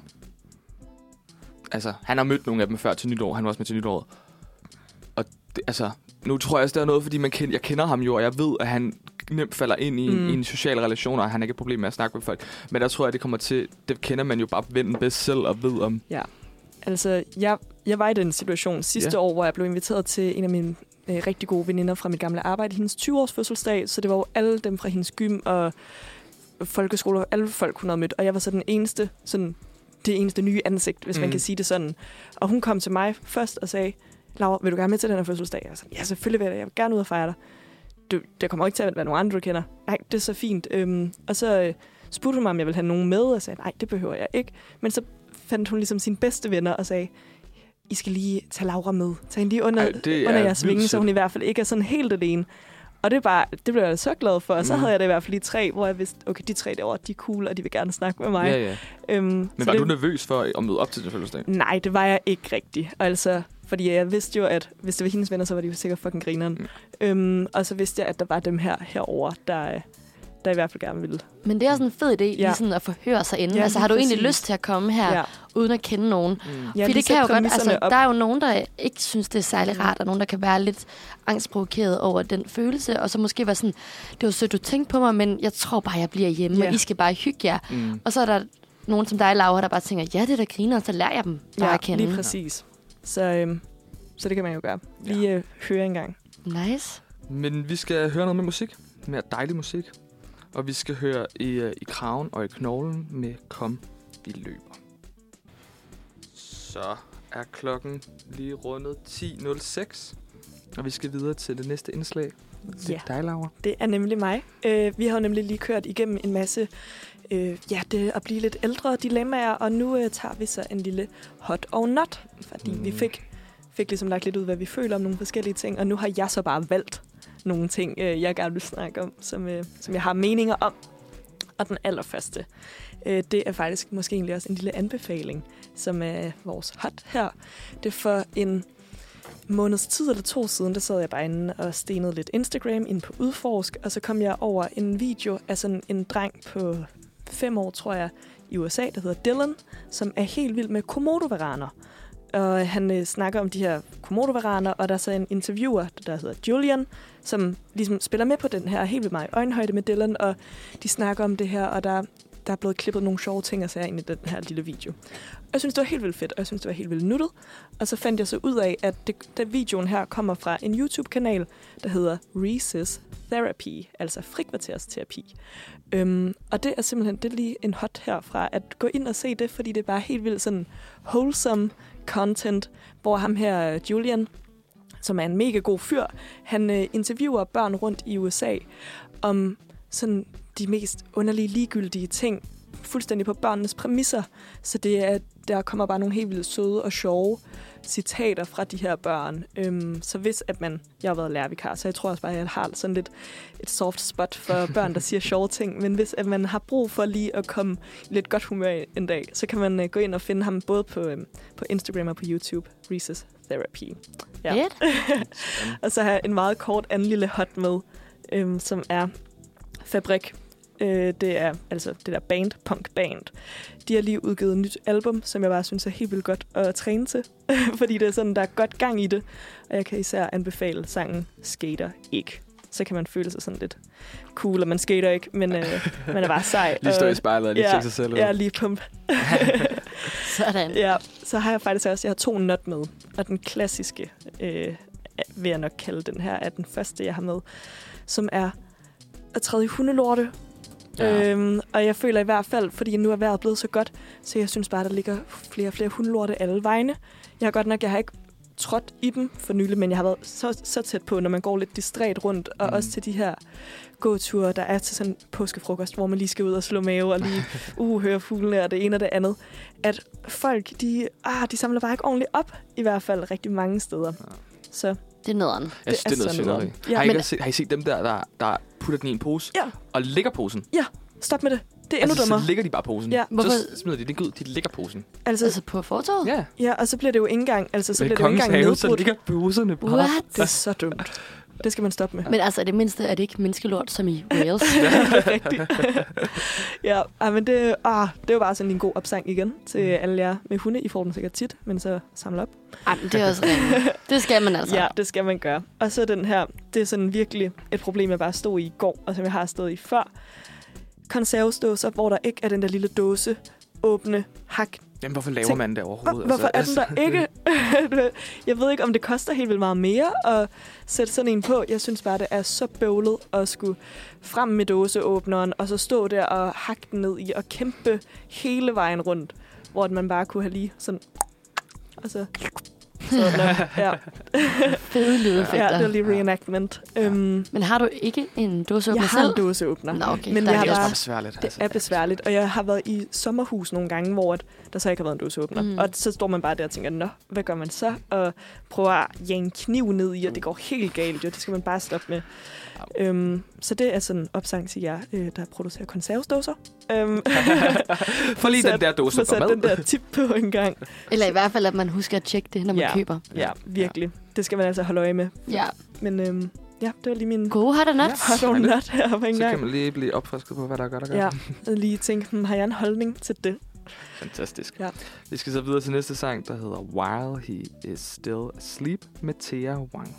altså, han har mødt nogle af dem før til nytår. Han var også med til nytåret. Og det, altså, nu tror jeg også, der er noget, fordi man kender, jeg kender ham jo, og jeg ved, at han nemt falder ind i, mm. i en social relation, og han har ikke et problem med at snakke med folk. Men der tror jeg, det kommer til, det kender man jo bare vennen bedst selv og ved om. Ja, altså, jeg, jeg var i den situation sidste ja. år, hvor jeg blev inviteret til en af mine øh, rigtig gode veninder fra mit gamle arbejde, hendes tyve-års fødselsdag, så det var jo alle dem fra hendes gym og folkeskoler, alle folk, hun havde mødt, og jeg var så den eneste, sådan, det eneste nye ansigt, hvis mm. man kan sige det sådan. Og hun kom til mig først og sagde, Laura, vil du gerne med til den her fødselsdag? Jeg sagde, ja, selvfølgelig vil jeg. Jeg vil gerne ud og fejre dig. Du, der kommer ikke til at være nogen andre, du kender. Nej, det er så fint. Øhm, og så øh, spurgte hun mig, om jeg ville have nogen med, og sagde, nej, det behøver jeg ikke. Men så fandt hun ligesom sine bedste venner og sagde, I skal lige tage Laura med. Tag hende lige under, Ej, under jeres vinge, så hun i hvert fald ikke er sådan helt alene. Og det, bare, det blev jeg så glad for. Og så mm. havde jeg det i hvert fald lige tre, hvor jeg vidste, okay, de tre derovre, de er cool, og de vil gerne snakke med mig. Ja, ja. Øhm, Men var det... du nervøs for at møde op til din fødselsdag? Nej, det var jeg ikke rigtig. Altså, fordi jeg vidste jo, at hvis det var hendes venner, så var de jo sikkert fucking grineren. Mm. Øhm, og så vidste jeg, at der var dem her herover, der, der i hvert fald gerne ville. Men det er også en fed idé, ja. Lige sådan at forhøre sig inden. Ja, altså, har du præcis. Egentlig lyst til at komme her, ja. Uden at kende nogen? Mm. Ja, fordi det kan jo godt, altså, der er jo nogen, der ikke synes, det er særlig rart, og nogen, der kan være lidt angstprovokeret over den følelse, og så måske være sådan, det var sødt, du tænkte på mig, men jeg tror bare, jeg bliver hjemme, ja. Og I skal bare hygge jer. Mm. Og så er der nogen som dig, Laura, der bare tænker, ja, det er der griner, og så lærer jeg dem bare ja, at kende. Lige præcis. Så, øhm, så det kan man jo gøre. Lige øh, høre en gang. Nice. Men vi skal høre noget med musik. Mere dejlig musik. Og vi skal høre i, uh, i kraven og i knoglen med Kom, vi løber. Så er klokken lige rundet ti nul seks. Og vi skal videre til det næste indslag. Det er ja. dig, Laura. Det er nemlig mig. Uh, vi har jo nemlig lige kørt igennem en masse uh, ja, det at blive lidt ældre dilemmaer. Og nu uh, tager vi så en lille hot or not. Fordi mm. vi fik, fik ligesom lagt lidt ud, hvad vi føler om nogle forskellige ting. Og nu har jeg så bare valgt nogle ting, øh, jeg gerne vil snakke om, som, øh, som jeg har meninger om. Og den allerførste, øh, det er faktisk måske egentlig også en lille anbefaling, som er vores hot her. Det er for en måneds tid eller to siden, der sad jeg bare inde og stenede lidt Instagram inde på Udforsk, og så kom jeg over en video af sådan en dreng på fem år, tror jeg, i U S A, der hedder Dylan, som er helt vild med komodovaraner. Og han øh, snakker om de her komodovaraner, og der er så en interviewer, der hedder Julian, som ligesom spiller med på den her helt vildt meget øjenhøjde med Dylan, og de snakker om det her, og der, der er blevet klippet nogle sjove ting og sager ind i den her lille video. Og jeg synes, det var helt vildt fedt, og jeg synes, det var helt vildt nuttet. Og så fandt jeg så ud af, at det, den videoen her kommer fra en YouTube-kanal, der hedder Recess Therapy, altså frikvartersterapi. Øhm, og det er simpelthen det er lige en hot herfra, at gå ind og se det, fordi det er bare helt vildt sådan wholesome content, hvor ham her, Julian, som er en mega god fyr. Han øh, interviewer børn rundt i U S A om sådan de mest underlige, ligegyldige ting, fuldstændig på børnenes præmisser. Så det er, der kommer bare nogle helt vildt søde og sjove citater fra de her børn. Øhm, så hvis at man... Jeg har været lærervikar, så jeg tror også bare, at jeg har sådan lidt et soft spot for børn, der siger sjove ting. Men hvis at man har brug for lige at komme i lidt godt humør en dag, så kan man uh, gå ind og finde ham både på, um, på Instagram og på YouTube. Recess Therapy. Ja. Og så har jeg en meget kort anden lille hot med, øhm, som er Fabrik. Øh, det er altså det der band, punk band. De har lige udgivet et nyt album, som jeg bare synes er helt vildt godt at træne til. Fordi det er sådan, der er godt gang i det. Og jeg kan især anbefale sangen Skater Ikke. Så kan man føle sig sådan lidt cool, og man skater ikke, men øh, man er bare sej. Lige stå i spejlet og lige ja, tjekke sig selv ud. Ja, lige pump. Sådan. Ja, så har jeg faktisk også, jeg har to not med. Og den klassiske, øh, vil jeg nok kalde den her, er den første, jeg har med. Som er at træde i hundelorte. Ja. Øhm, og jeg føler i hvert fald, fordi nu er vejret blevet så godt, så jeg synes bare, der ligger flere og flere hundelorte alle vegne. Jeg har godt nok, jeg har ikke trådt i dem for nylig, men jeg har været så, så tæt på, når man går lidt distræt rundt, og mm. også til de her gåture, der er til sådan en påskefrokost, hvor man lige skal ud og slå mave, og lige uh, høre fuglene og det ene og det andet. At folk, de, ah, de samler bare ikke ordentligt op, i hvert fald rigtig mange steder. Ja. Så det er nederen. Jeg synes, det, det er noget synderligt. Ja. Har, I men, set, har I set dem der, der, der putter den i en pose, ja. og lægger posen? Ja, stop med det. Det er endnu altså, dummere. Så lægger de bare posen. Ja. Så smider de det ud, de lægger posen. Altså, altså på fortovet? Ja. Ja, og så bliver det jo ikke engang, altså, så men bliver det jo ikke engang nedbrudt. Så ligger poserne bare. What? Det er så dumt. Det skal man stoppe med. Men altså, det mindste er det ikke menneskelort, som i Wales. Ja, det er rigtigt. Ja, men det, ah, det er jo bare sådan en god opsang igen til alle jer med hunde. I får den sikkert tit, men så samle op. Ej, men det er også rigtigt. Det skal man altså. Ja, det skal man gøre. Og så den her, det er sådan virkelig et problem, jeg bare stod i i går, og som jeg har stået i før. Konservesdåser, hvor der ikke er den der lille dåse, åbne, hak. Jamen, hvorfor laver Tænk, man det overhovedet? Hvorfor altså, er den der ikke? Jeg ved ikke, om det koster helt vildt meget mere at sætte sådan en på. Jeg synes bare, det er så bøvlet at skulle frem med dåseåbneren, og så stå der og hakke den ned i, og kæmpe hele vejen rundt, hvor man bare kunne have lige sådan... Og så... Sådan, ja. Fede lydeffekter. Ja, det er lige reenactment. Ja. Um, Men har du ikke en dåseåbner selv? Jeg har en dåseåbner. Nå, okay. Men det jeg er bare, også besværligt. Det altså. er besværligt, og jeg har været i sommerhus nogle gange, hvor der så ikke har været en dåseåbner. Mm. Og så står man bare der og tænker, nå, hvad gør man så? Og prøver at jage en kniv ned i, og det går helt galt. Jo. Det skal man bare stoppe med. Ja. Um, så det er sådan en opsang til jer, øh, der producerer konservesdåser. Um, For lige den der dåse på mad. Den der tip på en gang. Eller i hvert fald, at man husker at tjekke det, når man ja. køber. Ja, virkelig. Det skal man altså holde øje med. Ja. Men øhm, ja, det var lige min... Gode hot og nuts. Hot og nut her på en Så gang. kan man lige blive opfrisket på, hvad der er godt at gøre. Ja, og lige tænke, hm, har jeg en holdning til det? Fantastisk. Ja. Vi skal så videre til næste sang, der hedder While He Is Still Asleep med Thea Wang.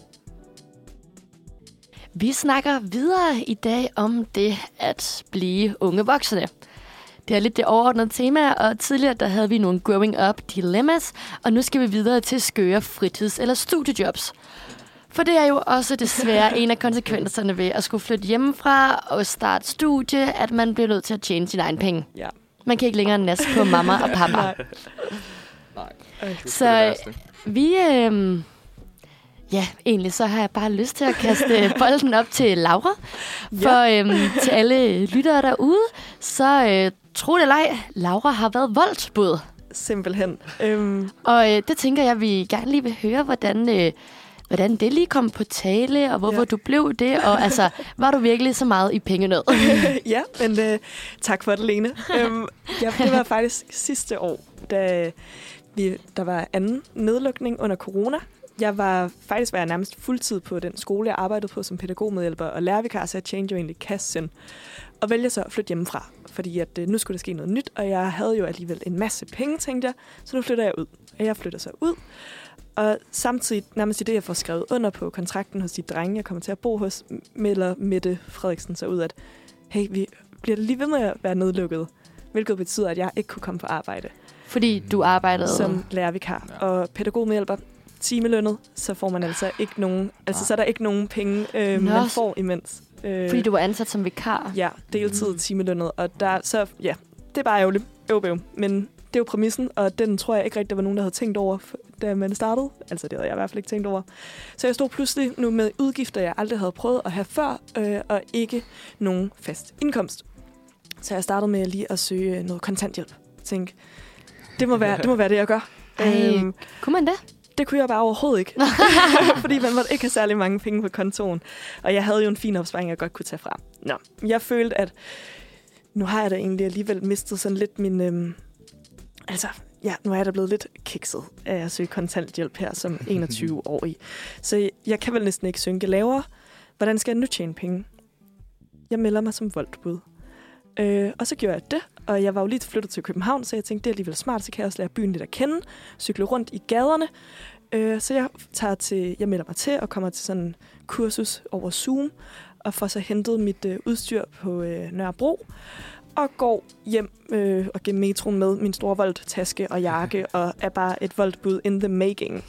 Vi snakker videre i dag om det at blive unge voksne. Det er lidt det overordnede tema, og tidligere der havde vi nogle growing up dilemmas, og nu skal vi videre til skøre fritids- eller studiejobs. For det er jo også desværre en af konsekvenserne ved at skulle flytte hjemmefra og starte studie, at man bliver nødt til at tjene sine egne penge. Ja. Man kan ikke længere nas på mamma og pappa. Nej. Nej. Så vi... Øh, Ja, egentlig så har jeg bare lyst til at kaste bolden op til Laura. For ja. øhm, til alle lyttere derude, så øh, tro det eller ej, Laura har været voldsbud. Simpelthen. Øhm. Og øh, det tænker jeg, vi gerne lige vil høre, hvordan, øh, hvordan det lige kom på tale, og hvorfor ja. du blev det. Og altså, var du virkelig så meget i pengenød? Ja, men øh, tak for det, Lene. øhm, ja, det var faktisk sidste år, da vi, der var anden nedlukning under corona. Jeg var faktisk var jeg nærmest fuldtid på den skole, jeg arbejdede på som pædagogmedhjælper og lærervikar, så jeg tjente jo egentlig kassen. Og vælger så at flytte hjemmefra, fordi at, øh, nu skulle der ske noget nyt, og jeg havde jo alligevel en masse penge, tænkte jeg, så nu flytter jeg ud. Og jeg flytter så ud, og samtidig nærmest i det, jeg får skrevet under på kontrakten hos de drenge, jeg kommer til at bo hos, melder Mette Frederiksen så ud, at hey, vi bliver lige ved med at være nedlukket, hvilket betyder, at jeg ikke kunne komme på arbejde. Fordi du arbejdede som lærervikar ja. og pædagogmedhjælper. Timelønnet, så får man altså ikke nogen, altså så er der ikke nogen penge, øh, man får imens. Øh, Fordi du var ansat som vikar? Ja, deltid mm. timelønnet, og der så, ja, det er bare ærgerligt, øvbøv, men det er jo præmissen, og den tror jeg ikke rigtig, der var nogen, der havde tænkt over da man startede. Altså, det havde jeg i hvert fald ikke tænkt over. Så jeg stod pludselig nu med udgifter, jeg aldrig havde prøvet at have før, øh, og ikke nogen fast indkomst. Så jeg startede med lige at søge noget kontanthjælp. Jeg tænkte, det må være det, må være det jeg gør. Ej, øhm, kunne man det? Det kunne jeg bare overhovedet ikke. Fordi man måtte ikke have særlig mange penge på kontoen. Og jeg havde jo en fin opsparing, jeg godt kunne tage fra. Nå, jeg følte, at nu har jeg da egentlig alligevel mistet sådan lidt min... Øhm, altså, ja, nu er jeg da blevet lidt kikset af at søge kontanthjælp her som enogtyve-årig. Så jeg kan vel næsten ikke synke lavere. Hvordan skal jeg nu tjene penge? Jeg melder mig som voltbud. Øh, og så gjorde jeg det, og jeg var jo lige flyttet til København, så jeg tænkte, det er alligevel smart, så kan jeg også lære byen lidt at kende, cykle rundt i gaderne. Øh, så jeg tager til, jeg melder mig til og kommer til sådan en kursus over Zoom, og får så hentet mit øh, udstyr på øh, Nørrebro, og går hjem øh, og gennem metroen med min store Volt-taske og jakke, og er bare et voltbud in the making.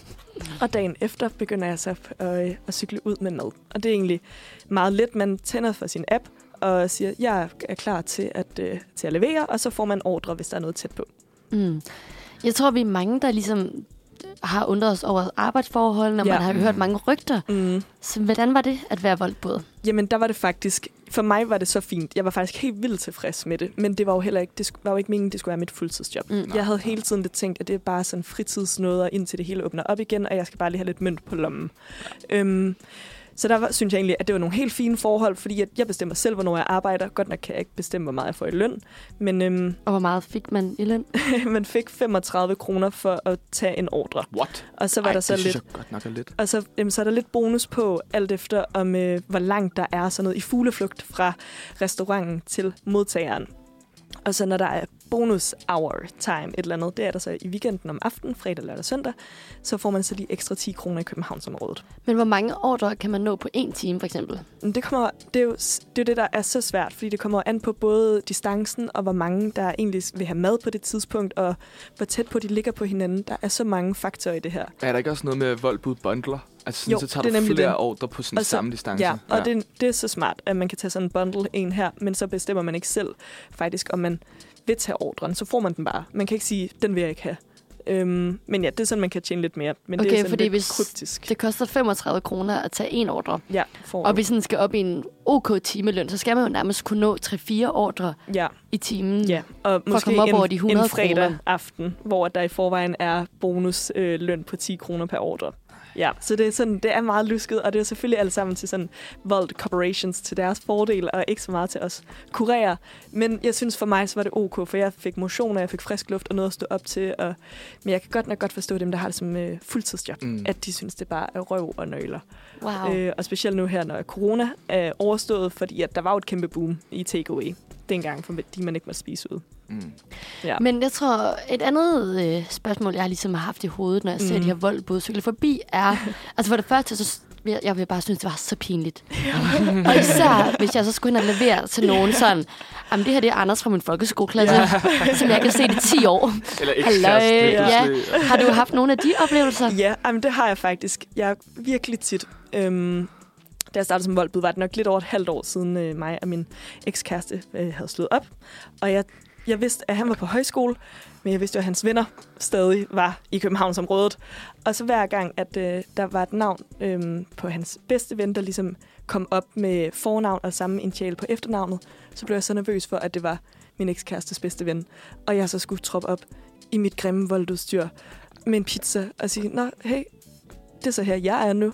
Og dagen efter begynder jeg så at, øh, at cykle ud med mad. Og det er egentlig meget let, man tænder for sin app, og siger, jeg er klar til at, øh, til at levere, og så får man ordre, hvis der er noget tæt på. Mm. Jeg tror, vi er mange, der ligesom har undret os over arbejdsforholdene, og ja. Man har hørt mange rygter. Mm. Så hvordan var det at være voltbud? Jamen, der var det faktisk... For mig var det så fint. Jeg var faktisk helt vildt tilfreds med det, men det var jo heller ikke, det var jo ikke meningen, det skulle være mit fuldtidsjob. Mm. Jeg havde hele tiden lidt tænkt, at det er bare sådan fritidsnøder, indtil det hele åbner op igen, og jeg skal bare lige have lidt mønt på lommen. Øhm, Så der var, synes jeg egentlig, at det var nogle helt fine forhold, fordi jeg bestemmer selv, hvornår jeg arbejder. Godt nok kan jeg ikke bestemme, hvor meget jeg får i løn. Men, øhm, og hvor meget fik man i løn? Man fik femogtredive kroner for at tage en ordre. What? Og så var Ej, der så det lidt, synes jeg godt nok er lidt. Og så, øhm, så er der lidt bonus på, alt efter om øh, hvor langt der er sådan noget i fugleflugt fra restauranten til modtageren. Og så når der er bonus hour time, et eller andet, det er der så i weekenden om aftenen, fredag, lørdag, søndag, så får man så lige ekstra ti kroner i Københavnsområdet. Men hvor mange ordre kan man nå på en time, for eksempel? Det, kommer, det, er jo, det er jo det, der er så svært, fordi det kommer an på både distancen, og hvor mange, der egentlig vil have mad på det tidspunkt, og hvor tæt på de ligger på hinanden. Der er så mange faktorer i det her. Er der ikke også noget med voldbud bundler? Altså sådan, jo, så tager du flere ordre på sådan samme distance. Ja, og ja. Det, det er så smart, at man kan tage sådan en bundle en her, men så bestemmer man ikke selv faktisk, om man vil tage ordren. Så får man den bare. Man kan ikke sige, den vil jeg ikke have. Øhm, men ja, det er sådan, man kan tjene lidt mere. Men okay, det er sådan fordi lidt hvis kryptisk. Det koster femogtredive kroner at tage en ordre. Ja, og hvis den skal op i en OK timeløn, så skal man jo nærmest kunne nå tre fire ordre ja. i timen. Ja, og for måske at komme op en, over de hundrede en fredag kroner. aften, hvor der i forvejen er bonusløn øh, på ti kroner per ordre. Ja, så det er, sådan, det er meget lusket, og det er selvfølgelig alle sammen til sådan Volt Corporations til deres fordel, og ikke så meget til os kurerer. Men jeg synes for mig, så var det ok, for jeg fik motion, og jeg fik frisk luft og noget at stå op til. Og, men jeg kan godt nok godt forstå dem, der har det som øh, fuldtidsjob, mm. at de synes, det bare er røv og nøgler. Wow. Øh, og specielt nu her, når corona er overstået, fordi at der var jo et kæmpe boom i takeaway dengang, fordi man ikke måtte spise ud. Mm. Ja. Men jeg tror, et andet øh, spørgsmål, jeg ligesom har haft i hovedet, når jeg ser mm. de her voldbud cykle forbi, er... altså for det første, så jeg, jeg vil bare synes, det var så pinligt. Og især, hvis jeg så skulle ind og levere til nogen sådan, jamen det her det er Anders fra min folkeskoleklasse, ja. Som jeg kan se det ti år. Eller ekskæreste. Ja. Har du haft nogle af de oplevelser? Ja, jamen, det har jeg faktisk. Jeg er virkelig tit... Øhm Da jeg startede som voldbud, var det nok lidt over et halvt år siden øh, mig og min ekskæreste øh, havde slået op. Og jeg, jeg vidste, at han var på højskole, men jeg vidste jo, at hans venner stadig var i Københavnsområdet. Og så hver gang, at øh, der var et navn øh, på hans bedste ven, der ligesom kom op med fornavn og samme initial på efternavnet, så blev jeg så nervøs for, at det var min ekskærestes bedste ven. Og jeg så skulle troppe op i mit grimme voldudstyr med en pizza og sige, nå, hey, det er så her, jeg er nu.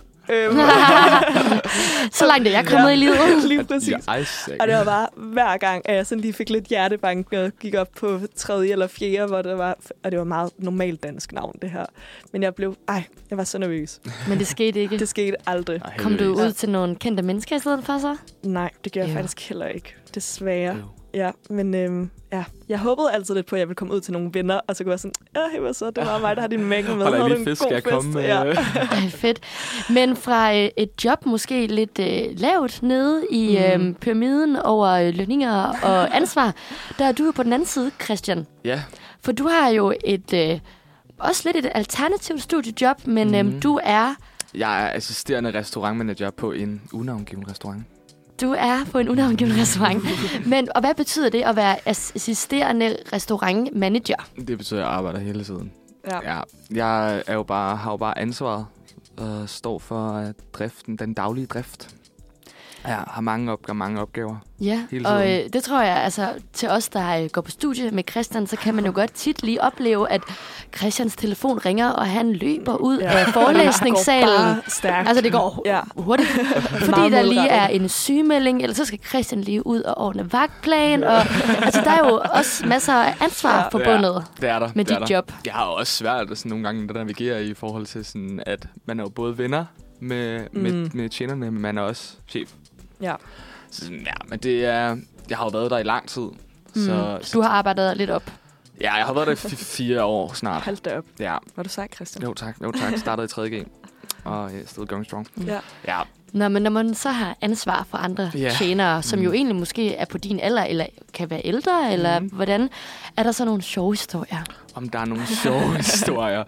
Så langt er jeg kommet ja, i livet. Lige præcis. Og det var bare hver gang, at jeg sådan lige fik lidt hjertebank og gik op på tredje eller fjerde, hvor det var, og det var meget normalt dansk navn, det her. Men jeg blev, ej, jeg var så nervøs. Men det skete ikke? Det skete aldrig. Ej, kom du ud til nogle kendte mennesker i stedet for så? Nej, det gør jeg jo. faktisk heller ikke. Desværre. Jo. Ja, men øhm, ja, jeg håbede altid lidt på, at jeg ville komme ud til nogle venner, og så kunne jeg sådan, ja, hey, hvad så? Det var mig, der har din mængde med. Holder lige fisk, skal jeg komme? Ja. Ej, fedt. Men fra øh, et job måske lidt øh, lavt nede i øh, pyramiden over øh, lønninger og ansvar, der er du jo på den anden side, Christian. Ja. For du har jo et øh, også lidt et alternativt studiejob, men mm. øh, du er... Jeg er assisterende restaurantmanager på en unavngiven restaurant. Du er på en unavngiven restaurant. Men, og hvad betyder det at være assisterende restaurantmanager? Det betyder, at jeg arbejder hele tiden. Ja. Ja, jeg er jo bare, har jo bare ansvaret og står for driften, den daglige drift. Jeg har mange opgaver, mange opgaver. Ja, hele og tiden. øh, det tror jeg, altså til os, der øh, går på studie med Christian, så kan man jo godt tit lige opleve, at Christians telefon ringer, og han løber ud Ja. af forelæsningssalen. Det går bare stærkt. Altså det går Ja. hurtigt, fordi Meget der lige er målrettet. en sygemelding, eller så skal Christian lige ud og ordne vagtplan. Og, altså der er jo også masser af ansvar Ja. forbundet Det er der. med det er dit der. job. Jeg har jo også svært at sådan nogle gange at navigere i forhold til sådan, at man er jo både venner med, mm. med, med tjenerne, men man er også chef. Ja. Så sådan, ja, men det er... Jeg har jo været der i lang tid. Så, Du har arbejdet lidt op. ja, jeg har været der i f- fire år snart. Hold da op. Ja, Var du sej, Christian? jo tak. Jo tak. Startede i tredje G. Og jeg er stadig going strong. Ja. Ja, Nå, men når man så har ansvar for andre Ja. tjenere, som Mm. jo egentlig måske er på din alder, eller kan være ældre, eller Mm. hvordan, er der så nogle sjove historier? om der er nogle sjove historier.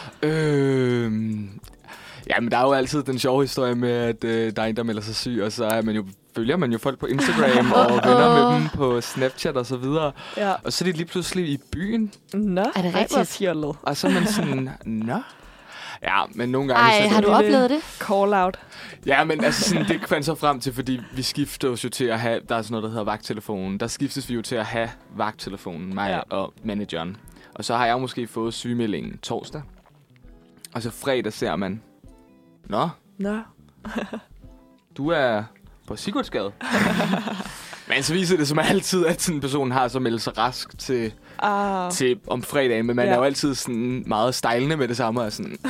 Øh, ja, men der er jo altid den sjove historie med, at øh, der er en, der melder sig syg, og så er man jo, følger man jo folk på Instagram og venner med dem på Snapchat og så videre. Ja. Og så er de lige pludselig i byen, Nå, Er det ej, hvor rigtigt? fjollet. og så er man sådan, nå? Ja, men nogle gange... Ej, så er har det, du lille- oplevet det? Call out. Ja, men altså sådan, det fandt så frem til, fordi vi skifter os jo til at have... Der er sådan noget, der hedder vagttelefonen. Der skiftes vi jo til at have vagttelefonen, mig Ja. ja. og manageren. Og så har jeg måske fået sygemeldingen torsdag. Og så fredag ser man... Nå, Nå. du er på Sigurdsgade. Men så viser det som altid, at sådan en person har så meldt sig rask til, Ah. til om fredagen. Men man Ja. er jo altid sådan meget stejlende med det samme. Og sådan.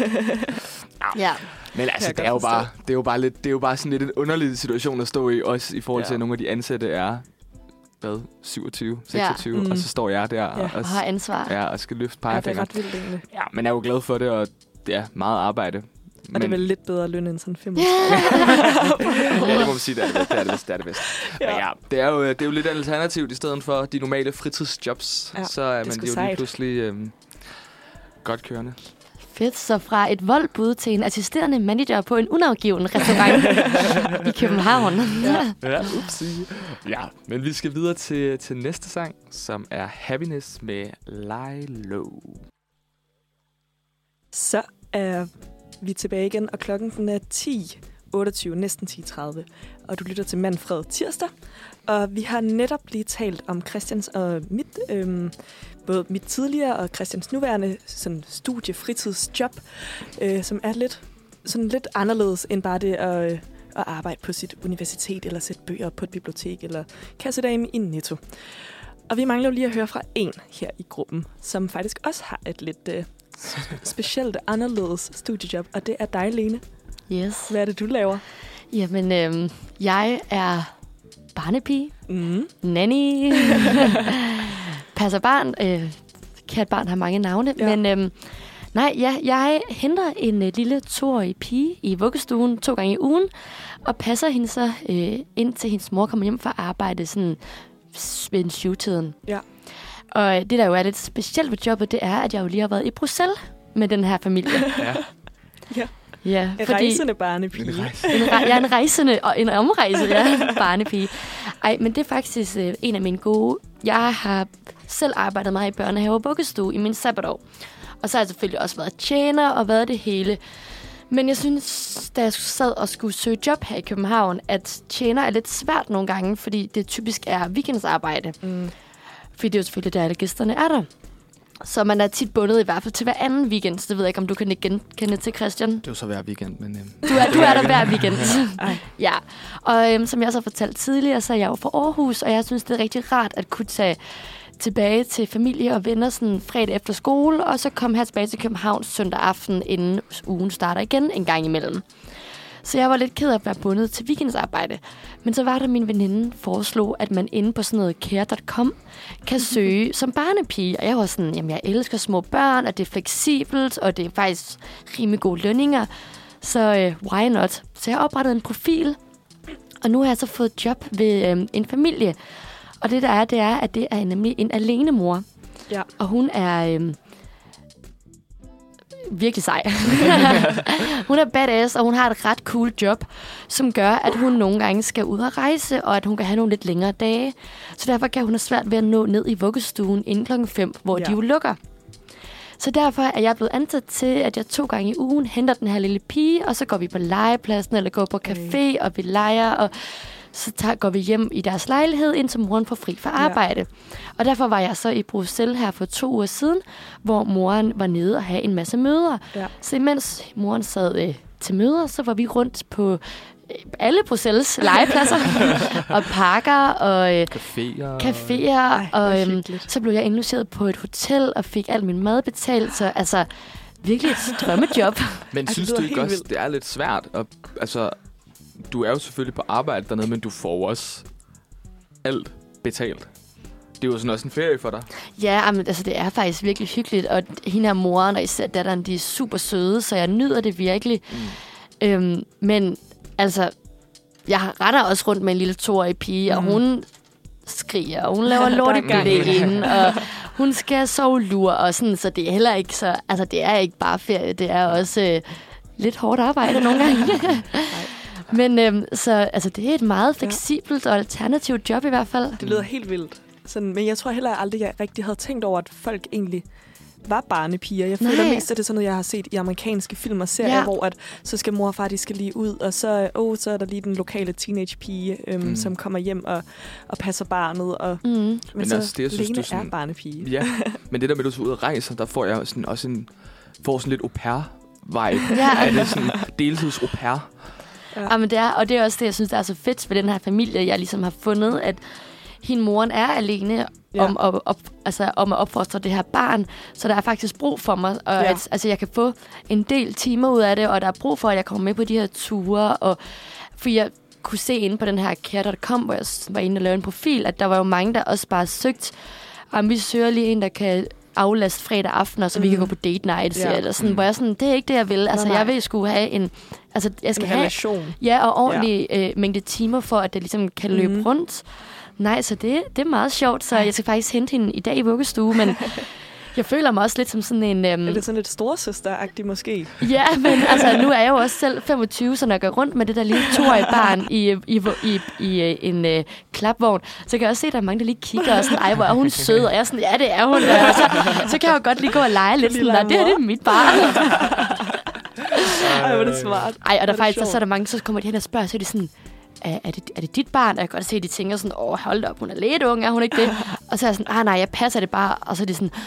Ja. Men altså, jeg det er, jo godt bare, det er jo bare lidt, det er jo bare sådan lidt en underlig situation at stå i, også i forhold til, Ja. at nogle af de ansatte er, hvad, syvogtyve, seksogtyve, Ja. Mm. og så står jeg der Ja. og, Og har ansvar. ja, og skal løfte Ja, det er pegefingeren. ret vildt egentlig. Ja, men jeg er jo glad for det, og det er meget arbejde. Og det er vel lidt bedre løn end sådan fem. Ja. Ja, det må man sige, det er det bedste. Det er det bedste. Det er det bedste. Ja. Men Ja. ja, det er, jo, det er jo lidt alternativt i stedet for de normale fritidsjobs. Ja, Så er det er man sgu jo lige sejt. pludselig øhm, godt kørende. Fedt, så fra et voldbud til en assisterende manager på en unavgiven restaurant i København. Ja. Ja, upsi. Ja, men vi skal videre til, til næste sang, som er Happiness med Lie Low. Så er vi tilbage igen, og klokken den er ti otteogtyve, næsten ti tredive. Og du lytter til Manfred Tirsdag. Og vi har netop lige talt om Christians og mit, øhm, både mit tidligere og Christians nuværende sådan studie-fritidsjob, øh, som er lidt, sådan lidt anderledes end bare det at, øh, at arbejde på sit universitet, eller sætte bøger på et bibliotek, eller kassedame i Netto. Og vi mangler jo lige at høre fra en her i gruppen, som faktisk også har et lidt øh, specielt anderledes studiejob, og det er dig, Lene. Yes. Hvad er det, du laver? Jamen, øhm, jeg er barnepige, Mm. nanny, passer barn. Øh, kært barn har mange navne, Ja. men øhm, nej, ja, jeg henter en øh, lille toårig pige i vuggestuen to gange i ugen, og passer hende så øh, indtil hendes mor kommer hjem fra arbejde sådan ved en syvtiden. Ja. Og øh, det, der jo er lidt specielt ved jobbet, det er, at jeg jo lige har været i Bruxelles med den her familie. Ja, Ja. Ja, En rejsende barnepige. en rejse. En re- jeg er en rejsende og en omrejse, ja. Barnepige. Ej, men det er faktisk øh, en af mine gode... Jeg har selv arbejdet meget i børnehave og vuggestue i min sabbatår. Og så har jeg selvfølgelig også været tjener og været det hele. Men jeg synes, da jeg sad og skulle søge job her i København, at tjener er lidt svært nogle gange, fordi det typisk er weekendsarbejde. Mm. Fordi det er jo selvfølgelig der, alle gæsterne er der. Så man er tit bundet i hvert fald til hver anden weekend. Så det ved jeg ikke, om du kan ikke genkende til, Christian. Det er jo så hver weekend, men... Øhm, Du er, du er der hver weekend. Ej. Ja, og øhm, som jeg også har fortalt tidligere, så er jeg jo fra Aarhus, og jeg synes, det er rigtig rart at kunne tage tilbage til familie og venner sådan fredag efter skole, og så komme her tilbage til København søndag aften, inden ugen starter igen en gang imellem. Så jeg var lidt ked af at være bundet til weekendsarbejde. Men så var der min veninde foreslog, at man inde på sådan noget care punktum com kan søge som barnepige. Og jeg var sådan, jamen jeg elsker små børn, og det er fleksibelt, og det er faktisk rimelig gode lønninger. Så øh, why not? Så jeg oprettede en profil, og nu har jeg så fået job ved øh, en familie. Og det der er, det er, at det er nemlig en alenemor. Ja. Og hun er øh, virkelig sej. Hun er badass, og hun har et ret cool job, som gør, at hun nogle gange skal ud og rejse, og at hun kan have nogle lidt længere dage. Så derfor kan hun have svært ved at nå ned i vuggestuen inden klokken fem, hvor Ja. de jo lukker. Så derfor er jeg blevet ansat til, at jeg to gange i ugen henter den her lille pige, og så går vi på legepladsen, eller går på café, og vi leger, og så tager, går vi hjem i deres lejlighed, indtil moren får fri fra arbejde. Ja. Og derfor var jeg så i Bruxelles her for to uger siden, hvor moren var nede og havde en masse møder. Ja. Så imens moren sad øh, til møder, så var vi rundt på alle Bruxelles legepladser og parker og øh, caféer. caféer og øhm, så blev jeg indlogeret på et hotel og fik al min mad betalt. Så altså, virkelig et drømmejob. Men Ej, synes du ikke også, vildt. Det er lidt svært? At, altså, du er jo selvfølgelig på arbejde dernede, men du får også alt betalt. Det er jo sådan også en ferie for dig. Ja, men, altså, det er faktisk virkelig hyggeligt, og hende her moren og især datteren, de er super søde, så jeg nyder det virkelig. Mm. Øhm, men altså, jeg retter også rundt med en lille toårig pige, mm. og hun skriger, og hun laver lort i blækken, og hun skal sove lur, og sådan, så det er heller ikke så, altså det er ikke bare ferie, det er også øh, lidt hårdt arbejde nogle gange. Men øhm, så, altså det er et meget fleksibelt og alternativt job i hvert fald. Det lyder helt vildt. Sådan, men jeg tror heller aldrig, jeg rigtig havde tænkt over, at folk egentlig var barnepiger. Jeg føler Nej. mest, at det er sådan noget, jeg har set i amerikanske film og serier, ja. hvor at, så skal mor og far, de skal lige ud, og så, oh, så er der lige den lokale teenage-pige, øhm, mm. som kommer hjem og, og passer barnet. Og, mm. Men, men så altså, det, Lene synes, sådan, er barnepige. Ja, men det der med, at du er ud og rejser, der får jeg sådan, også en, får sådan lidt au pair-vibe. Ja. Er det sådan deltids au pair? Ja. Ja, men det er, og det er også det, jeg synes, der er så fedt ved den her familie, jeg ligesom har fundet, at hende moren er alene ja. om, at, op, altså, om at opfostre det her barn, så der er faktisk brug for mig, og ja. at altså, jeg kan få en del timer ud af det, og der er brug for, at jeg kommer med på de her ture, og for jeg kunne se inde på den her care punktum com, hvor jeg var inde og lavede en profil, at der var jo mange, der også bare søgt, om vi søger lige en, der kan aflaste fredag aften, så mm. vi kan gå på date night, ja. eller sådan, hvor jeg sådan, det er ikke det, jeg vil. Altså, nej, nej. jeg vil skulle have en, altså, jeg skal en have, relation. Ja, og ordentlig ja. Øh, mængde timer for, at det ligesom kan løbe mm. rundt. Nej, så det, det er meget sjovt, så jeg skal faktisk hente hende i dag i vuggestue, men jeg føler mig også lidt som sådan en... Øhm... Er det sådan lidt storesøster-agtig måske? Ja, men altså, nu er jeg jo også selv femogtyve, så når jeg går rundt med det der lille toårige barn i, i, i, i, i en øh, klapvogn, så kan jeg også se, at der er mange, der lige kigger og sådan, ej, hvor er hun sød, og jeg er sådan, ja, det er hun. Og så, så kan jeg jo godt lige gå og lege lidt sådan, nej, det her det er mit barn. Ej, hvor er det smart. Ej, og der faktisk, så er der mange, så kommer de hen og spørger, så er de sådan, Er, er, det, er det dit barn? Og jeg kan godt se, at de tænker sådan, åh, hold op, hun er lidt ung, er hun ikke det? Og så er jeg sådan, ah nej, jeg passer det bare. Og så er de sådan,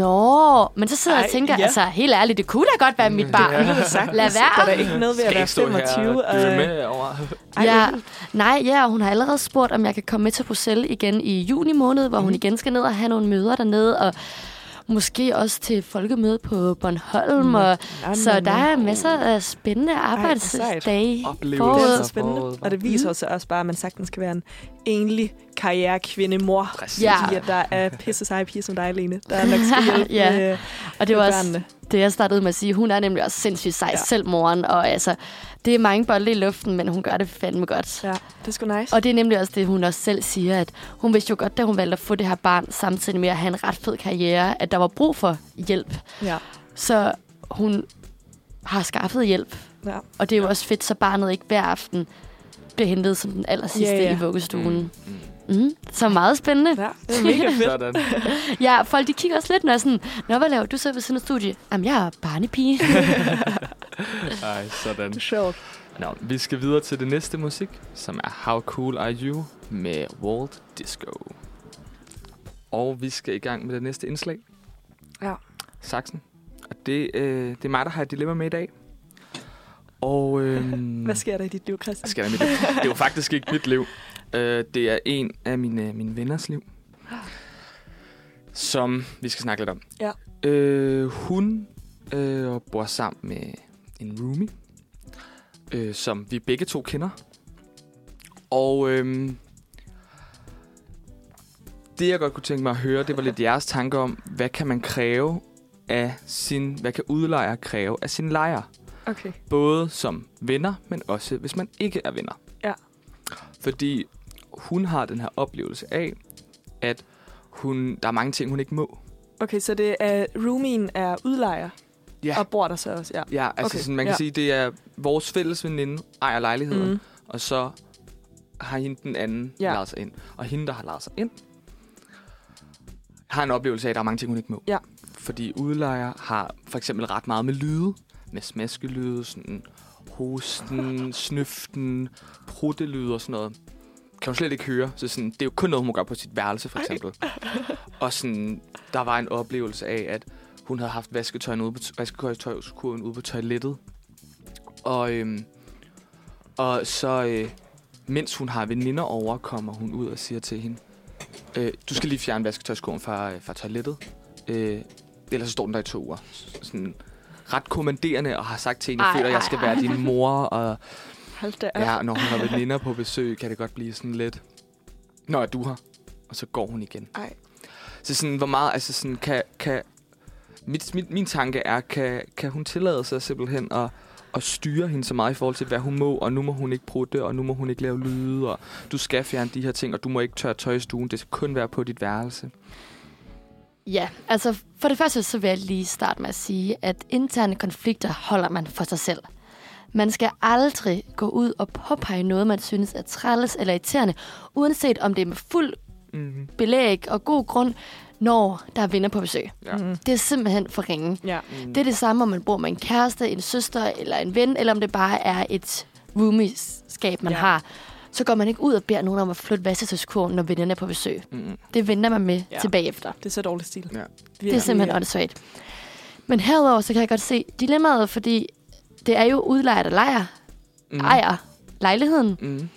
nå. Men så sidder jeg og tænker, ja. altså, helt ærligt, det kunne da godt være mit barn. Det er Lad være. Der er ikke noget ved at være femogtyve. Skal jeg med over? Ja, nej, ja, og hun har allerede spurgt, om jeg kan komme med til Bruxelles igen i juni måned, hvor mm. hun igen skal ned og have nogle møder dernede, og måske også til folkemøde på Bornholm. Mm. Og, ja, så der er masser af spændende arbejdsdage. Oplevelser. Det er så spændende. Og det viser mm. også, også bare, at man sagtens kan være en enlig karrierekvinde mor. Ja. Fordi at der er pisse seje piger som dig, Lene. Der er nok skal hjælpe ja. med, og det var også børnene. Det, jeg startede med at sige. Hun er nemlig også sindssygt sej ja. selv, moren. Og altså, det er mange bolde i luften, men hun gør det fandme godt. Ja, det er sgu nice. Og det er nemlig også det, hun også selv siger, at hun vidste jo godt, da hun valgte at få det her barn, samtidig med at have en ret fed karriere, at der var brug for hjælp. Ja. Så hun har skaffet hjælp. Ja. Og det er jo også fedt, så barnet ikke hver aften bliver hentet som den aller sidste ja, ja. i vuggestuen. Mm. Mm. Så meget spændende. Ja, det er mega fedt. Ja, folk de kigger også lidt, når jeg sådan, nå, hvad laver du så ved sådan et studie? Jamen, jeg er barnepige. Ej, sådan. Det er sjovt. Nå, vi skal videre til det næste musik, som er How Cool Are You med Walt Disco. Og vi skal i gang med det næste indslag. Ja. Saksen. Og det, øh, det er mig, der har et dilemma med i dag. Og, øh, hvad sker der i dit liv, Christian? Hvad sker der i mit liv? Det er jo faktisk ikke mit liv. Uh, det er en af mine, mine venners liv, som vi skal snakke lidt om. Ja. Uh, hun uh, bor sammen med en roomie, uh, som vi begge to kender. Og uh, det, jeg godt kunne tænke mig at høre, det var lidt jeres tanker om, hvad kan man kræve af sin, hvad kan udlejer kræve af sin lejer? Okay. Både som venner, men også hvis man ikke er venner. Ja. Fordi hun har den her oplevelse af, at hun, der er mange ting, hun ikke må. Okay, så det er roomien er udlejer, ja. og bor der så også? Ja, ja altså okay. sådan, man kan ja. sige, det er vores fælles veninde ejer lejligheden, mm. og så har hende den anden ja. lejet sig ind. Og hende, der har lejet sig ind, har en oplevelse af, at der er mange ting, hun ikke må. Ja. Fordi udlejer har for eksempel ret meget med lyde, med smaskelyde, sådan hosten, snøften, pruttelyde og sådan noget. Kan hun slet ikke høre. Så sådan, det er jo kun noget, hun må gøre på sit værelse, for eksempel. Og sådan, der var en oplevelse af, at hun havde haft vasketøjen ude på, vasketøjskurven ude på toilettet. Og, øhm, og så, øh, mens hun har veninder over, kommer hun ud og siger til hende, øh, du skal lige fjerne vasketøjskurven fra, fra toilettet. Øh, ellers så står den der i to uger. Sådan ret kommanderende, og har sagt til hende, jeg føler, at jeg skal være din mor. Og hold da op. ja, når hun har veninder på besøg, kan det godt blive sådan lidt, nå, er du her? Og så går hun igen. Ej. Så sådan, hvor meget, altså sådan, kan, kan mit, mit, min tanke er, kan, kan hun tillade sig simpelthen at, at styre hende så meget i forhold til, hvad hun må, og nu må hun ikke prutte, og nu må hun ikke lave lyde, og du skal fjerne de her ting, og du må ikke tørre tøj i stuen, det skal kun være på dit værelse. Ja, altså for det første så vil jeg lige starte med at sige, at interne konflikter holder man for sig selv. Man skal aldrig gå ud og påpege noget, man synes er træls eller irriterende, uanset om det er med fuld mm-hmm. belæg og god grund, når der er venner på besøg. Ja. Mm. Det er simpelthen for ringe. Ja. Mm. Det er det samme, om man bor med en kæreste, en søster eller en ven, eller om det bare er et roomie-skab, man ja. har. Så går man ikke ud og beder nogen om at flytte vasketøjskurven, når vennerne er på besøg. Mm. Det venter man med ja. tilbage efter. Det er så dårlig stil. Ja. Det er simpelthen åndssvagt. Men herudover, så kan jeg godt se dilemmaet, fordi det er jo udlejer, der lejer, mm. ejer lejligheden. Mm.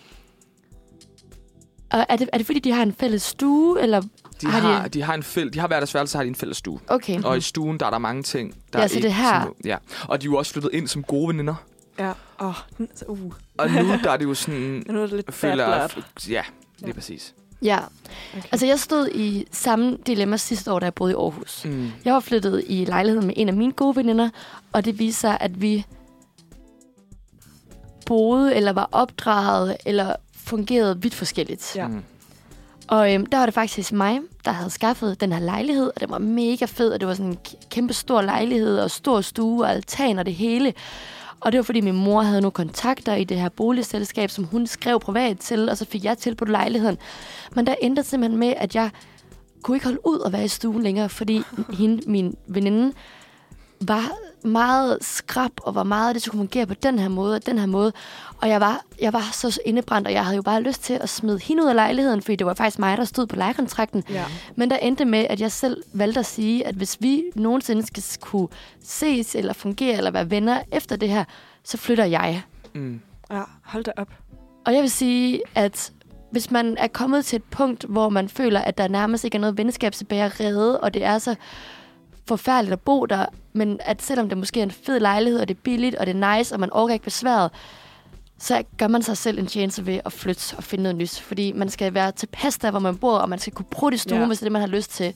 Og er det, er det fordi, de har en fælles stue, eller de har, har de... de har en fælles, de har hver deres værelse, så har de en fælles stue. Okay. Og i stuen der er der mange ting, der ja, er så ikke det her. Som, ja. Og de er jo også flyttet ind som gode veninder. Ja. Oh, uh. Og nu der er det jo sådan, nu er det lidt føler, bad f- ja, det er ja. præcis. Ja, okay. Altså jeg stod i samme dilemma sidste år, da jeg boede i Aarhus. Mm. Jeg var flyttet i lejlighed med en af mine gode veninder, og det viser sig, at vi boede eller var opdraget eller fungerede vidt forskelligt. Ja. Mm. Og øhm, der var det faktisk mig, der havde skaffet den her lejlighed, og den var mega fed, og det var sådan en kæmpe stor lejlighed, og stor stue, og altan og det hele. Og det var, fordi min mor havde nogle kontakter i det her boligselskab, som hun skrev privat til, og så fik jeg til på lejligheden. Men der endte simpelthen med, at jeg kunne ikke holde ud at være i stuen længere, fordi hende, min veninde, var meget skrap og var meget, det skulle fungere på den her måde og den her måde. Og jeg var, jeg var så indebrændt, og jeg havde jo bare lyst til at smide hende ud af lejligheden, fordi det var faktisk mig, der stod på lejekontrakten. Ja. Men der endte med, at jeg selv valgte at sige, at hvis vi nogensinde skal kunne ses eller fungere eller være venner efter det her, så flytter jeg. Mm. Ja, hold da op. Og jeg vil sige, at hvis man er kommet til et punkt, hvor man føler, at der nærmest ikke er noget venskab tilbage at redde, og det er så forfærdeligt at bo der, men at selvom det måske er en fed lejlighed, og det er billigt, og det er nice, og man overgår ikke besværet, så gør man sig selv en tjeneste ved at flytte og finde noget nyt. Fordi man skal være tilpas der, hvor man bor, og man skal kunne bruge det stue, ja. hvis det er det, man har lyst til.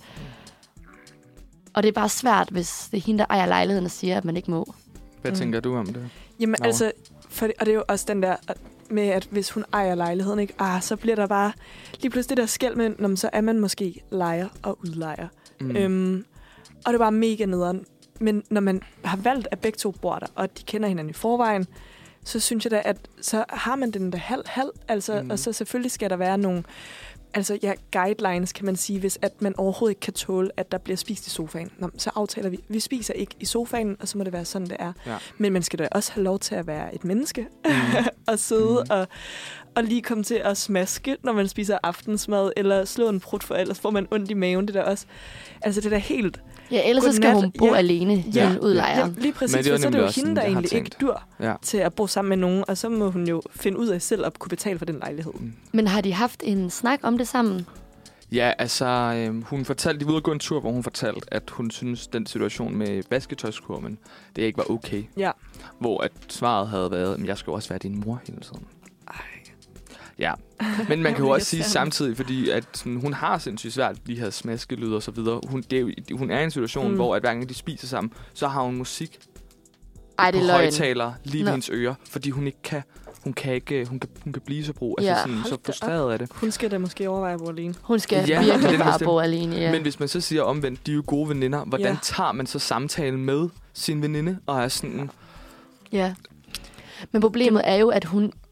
Og det er bare svært, hvis det er hende, der ejer lejligheden og siger, at man ikke må. Hvad mm. tænker du om det? Jamen Nå. altså, for det, og det er jo også den der med, at hvis hun ejer lejligheden, ikke, ah, så bliver der bare lige pludselig det der skel med, når man så er man måske lejer og udlejer. Mm. Øhm, og det er bare mega nederen. Men når man har valgt, at begge to bor der, og de kender hinanden i forvejen, så synes jeg da, at så har man den der halv-halv. Altså, mm. Og så selvfølgelig skal der være nogle altså, ja, guidelines, kan man sige, hvis at man overhovedet ikke kan tåle, at der bliver spist i sofaen. Nå, så aftaler vi, vi spiser ikke i sofaen, og så må det være sådan, det er. Ja. Men man skal da også have lov til at være et menneske, mm. og sidde mm. og, og lige komme til at smaske, når man spiser aftensmad, eller slå en prut, for ellers får man ondt i maven. Det der også. Altså, det der helt... Ja, ellers så skal hun bo ja. alene, ja. den udlejer. Ja, lige præcis, for så er det jo hende, der egentlig ikke dur ja. til at bo sammen med nogen, og så må hun jo finde ud af selv at kunne betale for den lejlighed. Mm. Men har de haft en snak om det sammen? Ja, altså, øh, hun fortalte, de var ude at gå en tur, hvor hun fortalte, at hun synes, den situation med vasketøjskurven, det ikke var okay. Ja. Hvor at svaret havde været, at jeg skal også være din mor hele tiden. Ej. Ja, men man kan jo også sige samtidig, fordi at sådan, hun har sindssygt svært de her smaskelyd og så videre. Hun, det er, jo, hun er i en situation, mm. hvor at hver gang de spiser sammen, så har hun musik Ej, det på højtaler lige ved hendes ører, fordi hun ikke kan, hun kan ikke, hun kan, hun kan blive så brug, altså ja. sådan, så frustreret af det. Hun skal da måske overveje at bo alene. Hun skal ja, virkelig bare bo alene, ja. Men hvis man så siger omvendt, de er jo gode veninder, hvordan ja. tager man så samtalen med sin veninde og er sådan... Ja, men problemet er jo, at hun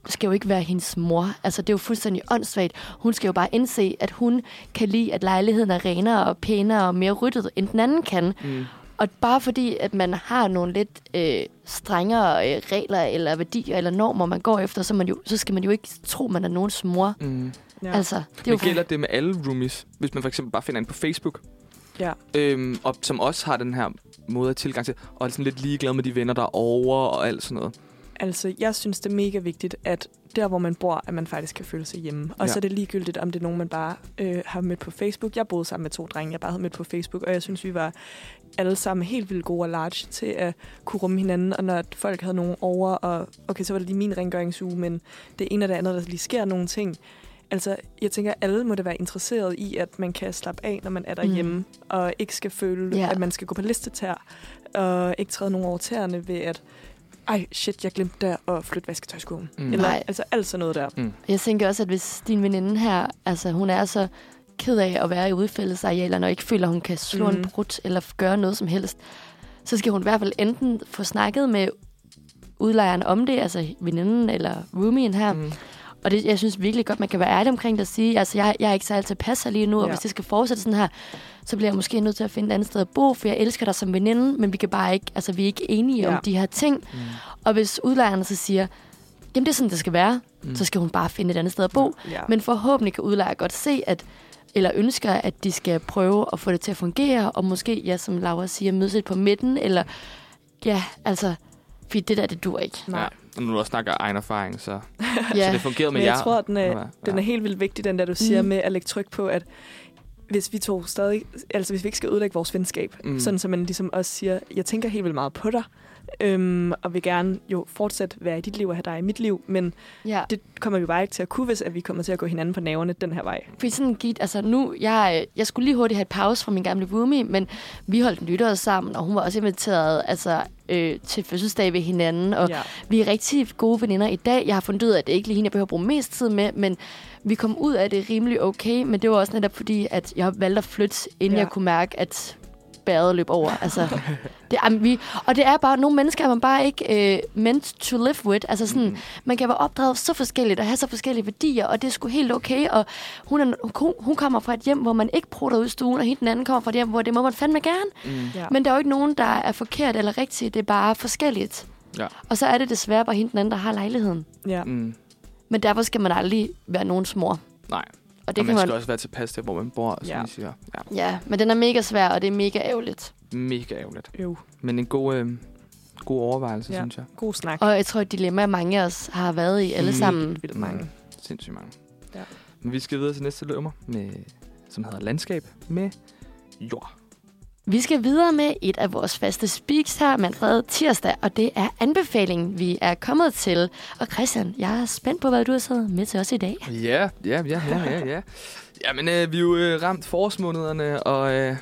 skal jo ikke være hendes mor. Altså, det er jo fuldstændig åndssvagt. Hun skal jo bare indse, at hun kan lide, at lejligheden er renere og pænere og mere ryddet, end den anden kan. Mm. Og bare fordi, at man har nogle lidt øh, strengere øh, regler eller værdier eller normer, man går efter, så, man jo, så skal man jo ikke tro, man er nogens mor. Mm. Ja. Altså, det er Men jo gælder det med alle roomies? Hvis man for eksempel bare finder en på Facebook, ja. øhm, og som også har den her måde af tilgang til, og er sådan lidt ligeglad med de venner, der er over og alt sådan noget. Altså, jeg synes, det er mega vigtigt, at der, hvor man bor, at man faktisk kan føle sig hjemme. Og ja. så er det ligegyldigt, om det er nogen, man bare øh, har mødt på Facebook. Jeg boede sammen med to drenge, jeg bare havde mødt på Facebook, og jeg synes, vi var alle sammen helt vildt gode og large til at kunne rumme hinanden. Og når folk havde nogen over, og okay, så var det lige min rengøringsuge, men det ene og det andet, der lige sker nogle ting. Altså, jeg tænker, alle må da være interesseret i, at man kan slappe af, når man er derhjemme, mm. og ikke skal føle, yeah. at man skal gå på listetær, og ikke træde nogen over tæerne ved, at ej, shit, jeg glemte der at flytte vasketøjskurven. Mm. Eller Nej. altså alt sådan noget der. Mm. Jeg tænker også, at hvis din veninde her, altså hun er så ked af at være i udfældesarealerne, og ikke føler, at hun kan slå mm. en brud eller gøre noget som helst, så skal hun i hvert fald enten få snakket med udlejeren om det, altså veninden eller roomien her. Mm. Og det, jeg synes virkelig godt, man kan være ærlig omkring det og sige, altså jeg, jeg er ikke så altid passer lige nu, og ja. hvis det skal fortsætte sådan her, så bliver jeg måske nødt til at finde et andet sted at bo, for jeg elsker dig som veninde, men vi kan bare ikke, altså vi er ikke enige ja. om de her ting. Mm. Og hvis udlejerne så siger, jamen det er sådan, det skal være, mm. så skal hun bare finde et andet sted at bo. Ja. Men forhåbentlig kan udlejer godt se, at eller ønsker, at de skal prøve at få det til at fungere, og måske, ja, som Laura siger, mødes lidt på midten, eller ja, altså, fordi det der, det dur ikke. Nej. Og nu du også snakker egen erfaring, så, ja. så det fungerede med jer. jer. Jeg tror, den er, ja. den er helt vildt vigtig, den der, du siger, mm. med at lægge tryk på, at hvis vi to stadig, altså hvis vi ikke skal ødelægge vores venskab, mm. sådan så man ligesom også siger, jeg tænker helt vildt meget på dig, øhm, og vil gerne jo fortsat være i dit liv og have dig i mit liv, men ja. det kommer vi bare ikke til at kunne, hvis at vi kommer til at gå hinanden på nerverne den her vej. Fordi sådan gik, altså nu, jeg, jeg skulle lige hurtigt have et pause fra min gamle roomie, men vi holdt nytår sammen, og hun var også inviteret altså, øh, til fødselsdag ved hinanden, og ja. vi er rigtig gode veninder i dag. Jeg har fundet ud af, at det ikke lige hende, jeg behøver at bruge mest tid med, men vi kom ud af det rimelig okay, men det var også netop fordi, at jeg valgte at flytte, inden ja. jeg kunne mærke, at bæret løb over. Altså, det er, vi, og det er bare, nogle mennesker er man bare ikke øh, meant to live with. Altså sådan, mm. man kan være opdraget så forskelligt og have så forskellige værdier, og det er sgu helt okay. Og hun, er, hun, hun kommer fra et hjem, hvor man ikke prutter ud i stuen, og hende den anden kommer fra et hjem, hvor det må man fandme gerne. Mm. Ja. Men der er jo ikke nogen, der er forkert eller rigtigt. Det er bare forskelligt. Ja. Og så er det desværre bare hende den anden, der har lejligheden. Ja. Mm. Men derfor skal man aldrig være nogens mor. Nej. Og, det og man skal man også være tilpas til, hvor man bor, som ja. I siger. Ja. ja, men den er mega svær, og det er mega ærgerligt. Mega ærgerligt. Jo. Men en god, øh, god overvejelse, ja. synes jeg. God snak. Og jeg tror, et dilemma, mange af os har været i alle mm. sammen. Vildt mange. Mm. Sindssygt mange. Ja. Men vi skal videre til næste nummer, med, som hedder Landskab med jord. Vi skal videre med et af vores faste speaks her, Manfred Tirsdag, og det er anbefalingen, vi er kommet til. Og Christian, jeg er spændt på, hvad du har taget med til os i dag. Ja, ja, ja, ja, ja. ja. Jamen, øh, vi er jo øh, ramt forårsmånederne, og øh,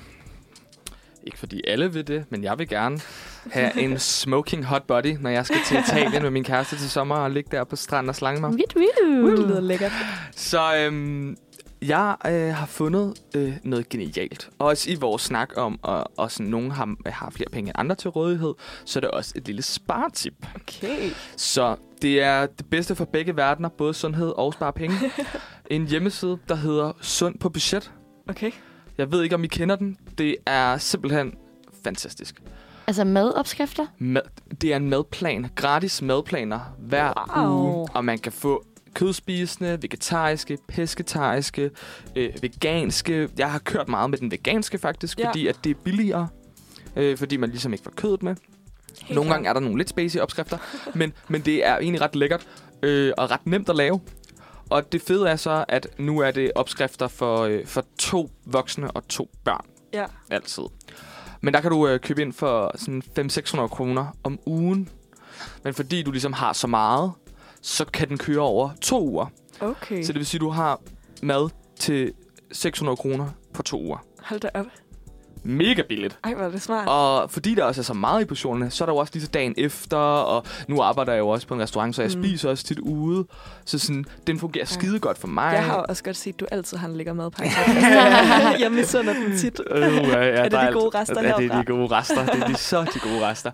ikke fordi alle vil det, men jeg vil gerne have en smoking hot body, når jeg skal til Italien med min kæreste til sommer og ligge der på stranden og slange mig. Uh, det lyder lækkert. Så øhm, jeg øh, har fundet øh, noget genialt. Også i vores snak om, at og sådan, nogen har, har flere penge end andre til rådighed, så er det også et lille sparetip. Okay. Så det er det bedste for begge verdener, både sundhed og spare penge. En hjemmeside, der hedder Sund på budget. Okay. Jeg ved ikke, om I kender den. Det er simpelthen fantastisk. Altså madopskrifter? Mad, det er en madplan. Gratis madplaner hver wow. uge. Og man kan få kødspisende, vegetariske, pesketariske, øh, veganske. Jeg har kørt meget med den veganske faktisk, ja. fordi at det er billigere. Øh, fordi man ligesom ikke får kødet med. Helt nogle klar. gange er der nogle lidt spacey opskrifter, men, men det er egentlig ret lækkert øh, og ret nemt at lave. Og det fede er så, at nu er det opskrifter for, øh, for to voksne og to børn. Ja. Altid. Men der kan du øh, købe ind for sådan fem til seks hundrede kroner om ugen. Men fordi du ligesom har så meget, så kan den køre over to uger. Okay. Så det vil sige, at du har mad til seks hundrede kroner på to uger. Hold da op. Mega billigt. Ej, hvor er det smart. Og fordi der også er så meget i portionerne, så er der jo også lige så dagen efter, og nu arbejder jeg jo også på en restaurant, så jeg mm. spiser også tit ude. Så sådan, den fungerer ja. skide godt for mig. Jeg har også godt set, at du altid har en lækker madpakke. Jeg misunder den tit. Uh, ja, ja, er det de gode rester ja, herfra? Ja, det er de gode rester. Det er de, så de gode rester.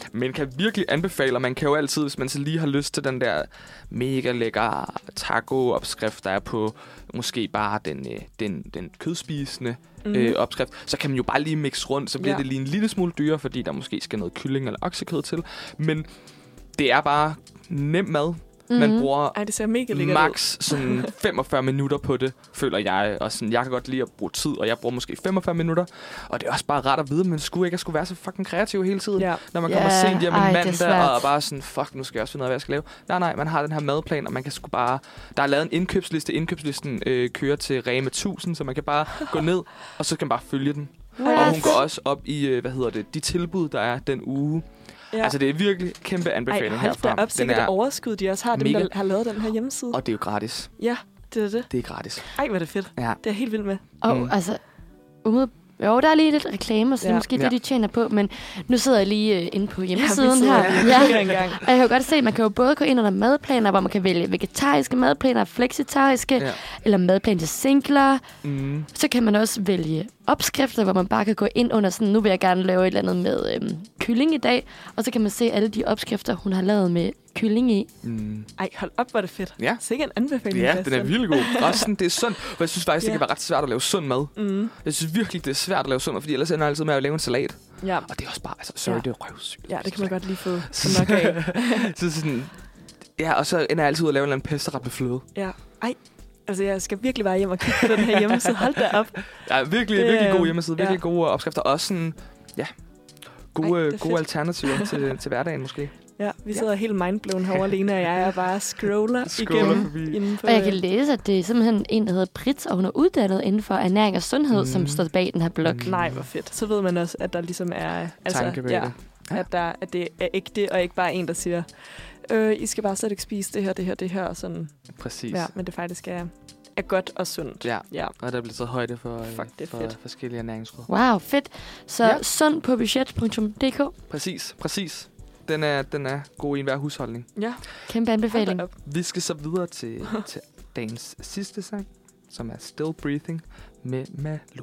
Men kan virkelig anbefale, og man kan jo altid, hvis man så lige har lyst til den der mega lækker taco-opskrift, der er på måske bare den, øh, den, den kødspisende mm. øh, opskrift, så kan man jo bare lige mixe rundt, så bliver ja. det lige en lille smule dyrere, fordi der måske skal noget kylling eller oksekød til. Men det er bare nem mad. Man Mhm. bruger Ej, det ser mega lækkert ud. max sådan femogfyrre minutter på det, føler jeg. Og sådan, jeg kan godt lide at bruge tid, og jeg bruger måske femogfyrre minutter. Og det er også bare rart at vide, men skulle ikke at skulle være så fucking kreativ hele tiden. Ja. Når man Ja, kommer sent hjem en ej, det er mandag, svært. og bare sådan, fuck, nu skal jeg også finde ud af, hvad jeg skal lave. Nej, nej, man har den her madplan, og man kan sgu bare... Der er lavet en indkøbsliste. Indkøbslisten øh, kører til Rema tusind, så man kan bare gå ned, og så kan man bare følge den. What? Og hun går også op i, øh, hvad hedder det, de tilbud, der er den uge. Ja. Altså, det er virkelig kæmpe anbefaling Ej, hold herfra. da op, sikkert er, det overskud, de også har, dem, mega- der har lavet den her hjemmeside. og det er jo gratis. Ja, det er det. Det er gratis. Ej, hvor er det fedt. Ja. Det er jeg helt vildt med. Og Mm. altså, umid... jo, der er lige lidt reklamer, så det er Ja. måske Ja. det, de tjener på. Men nu sidder jeg lige øh, inde på hjemmesiden sidder her. lige Ja. en gang. Og jeg kan jo godt se, at man kan jo både gå ind under madplaner, hvor man kan vælge vegetariske madplaner, fleksitariske, Ja. eller madplan til singler. Mm. Så kan man også vælge opskrifter, hvor man bare kan gå ind under sådan, nu vil jeg gerne lave et eller andet med øhm, kylling i dag. Og så kan man se alle de opskrifter, hun har lavet med kylling i. Mm. Ej, hold op, hvor er det fedt. Ja. Sikke en anbefaling. Ja, den er Christian. virkelig god. Også sådan, det er sundt. For jeg synes faktisk, det Ja. kan være ret svært at lave sund mad. Mm. Jeg synes virkelig, det er svært at lave sund mad, fordi ellers ender jeg altid med at lave en salat. Ja. Og det er også bare, altså, sorry, Ja. det er røvsygt. ja, det kan man godt lige få få nok af. Så sådan, ja, og så ender jeg altid ud at lave en eller anden pesteret med fløde. Ja. Ej, altså jeg skal virkelig bare hjem og kigge på den her hjemmeside. Hold da op. Ja, virkelig, Det, virkelig god øh, hjemmeside, ja. virkelig gode opskrifter. Også sådan, ja, gode, Ej, det er gode fedt. alternativer til, til hverdagen måske. Ja, vi sidder helt mindblown herovre alene, og jeg er bare scroller, Scroller igennem. forbi. Inden på, Og jeg kan læse, at det er simpelthen en, der hedder Brits, og hun er uddannet inden for ernæring og sundhed, mm. som Mm. står bag den her blog. Mm. Nej, hvor fedt. Så ved man også, at der ligesom er... Altså, Tanke bag ja, det. at, der, at det er ægte, og ikke bare en, der siger, øh, I skal bare slet ikke spise det her, det her, det her, og sådan. Præcis. Ja, men det faktisk er, er godt og sundt. Ja. Ja. Og der bliver taget højde for, øh, Fuck, det er for fedt. forskellige ernæringsråd. Wow, fedt. Så Ja. ja. sund på budget punktum d k. Præcis, præcis. Den er, den er god i enhver husholdning. Ja, Kæmpe hold anbefaling. da op. Vi skal så videre til, til dagens sidste sang, som er Still Breathing med Malou.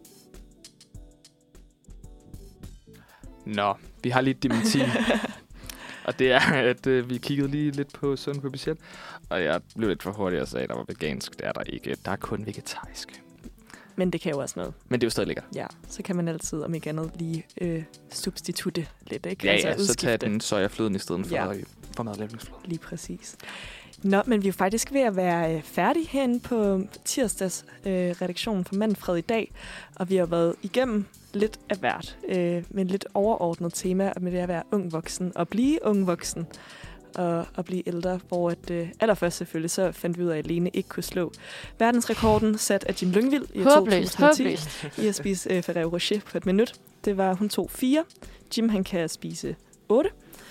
Nå, vi har lige et dementi. Og det er, at øh, vi kiggede lige lidt på sund på budget, og jeg blev lidt for hurtig og sagde, at der var vegansk. Det er der ikke. Der er kun vegetarisk. Men det kan jo også noget. Men det er jo stadig lækkert. Ja, så kan man altid, om ikke andet, lige øh, substitutte lidt, ikke? Ja, ja, så udskifte. tag den sojafløden i stedet for, Ja. ja. for madlavningsfløden. Lige præcis. Nå, men vi er jo faktisk ved at være øh, færdige herinde på tirsdags øh, redaktionen for Manfred i dag, og vi har været igennem lidt af hvert, øh, med et lidt overordnet tema med det at være ung voksen og blive ung voksen og, og blive ældre, hvor at, øh, allerførst selvfølgelig så fandt vi ud af, at Lene ikke kunne slå verdensrekorden sat af Jim Lyngvild i Håbløst, to tusind og ti håbløst. i at spise øh, Ferrero Rocher på et minut. Det var, hun tog fire. Jim, han kan spise otte.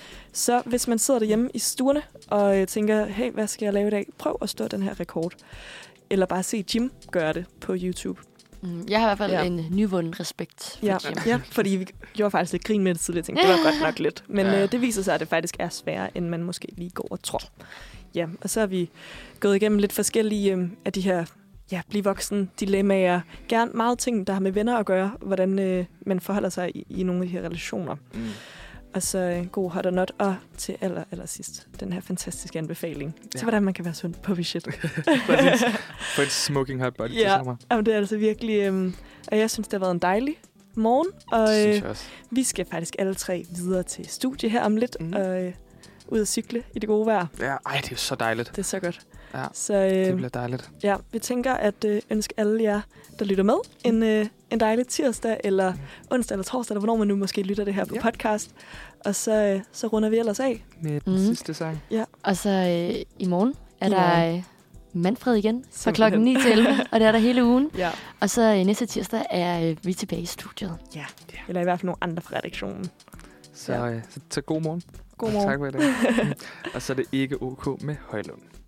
Så hvis man sidder derhjemme i stuerne og øh, tænker, hey, hvad skal jeg lave i dag? Prøv at stå den her rekord. Eller bare se Jim gøre det på YouTube. Mm, Jeg har i hvert fald Ja. ja. en nyvunden respekt for Ja, Jim. ja, fordi vi gjorde faktisk lidt grin med det tidligere. Jeg tænkte, det var godt nok lidt. Men Ja. øh, det viser sig, at det faktisk er sværere, end man måske lige går og tror. Ja, og så har vi gået igennem lidt forskellige øh, af de her ja, blive voksen dilemmaer. Gerne meget ting, der har med venner at gøre. Hvordan øh, man forholder sig i, i nogle af de her relationer. Mm. Og så en god hot or not. Og til aller, aller sidst, den her fantastiske anbefaling. Ja. Ja. Til hvordan man kan være sund på budget. Præcis. For et smoking hot body til Ja. sommer. Jamen, det er altså virkelig... Øhm, og jeg synes, det har været en dejlig morgen. Og Det synes øh, jeg også. vi skal faktisk alle tre videre til studie her om lidt. Mhm. Mm. Og øh, ud at cykle i det gode vejr. Ja, ej, det er jo så dejligt. Det er så godt. Ja, Så det øh, bliver dejligt. ja, vi tænker at øh, ønske alle jer, der lytter med, en, øh, en dejlig tirsdag, eller onsdag eller torsdag, eller hvornår man nu måske lytter det her på Ja. podcast. Og så, øh, så runder vi ellers af. Med den Mhm. sidste sang. Og så øh, i morgen er I der morgen. øh, Manfred igen fra Simpelthen. klokken ni til elleve, og det er der hele ugen. Ja. Og så øh, næste tirsdag er øh, vi tilbage i studiet. ja. Eller i hvert fald nogle andre fra redaktionen. Så, Ja. øh, så, så god morgen. God Og morgen. Tak for i dag. Og så er det ikke OK med Højlund.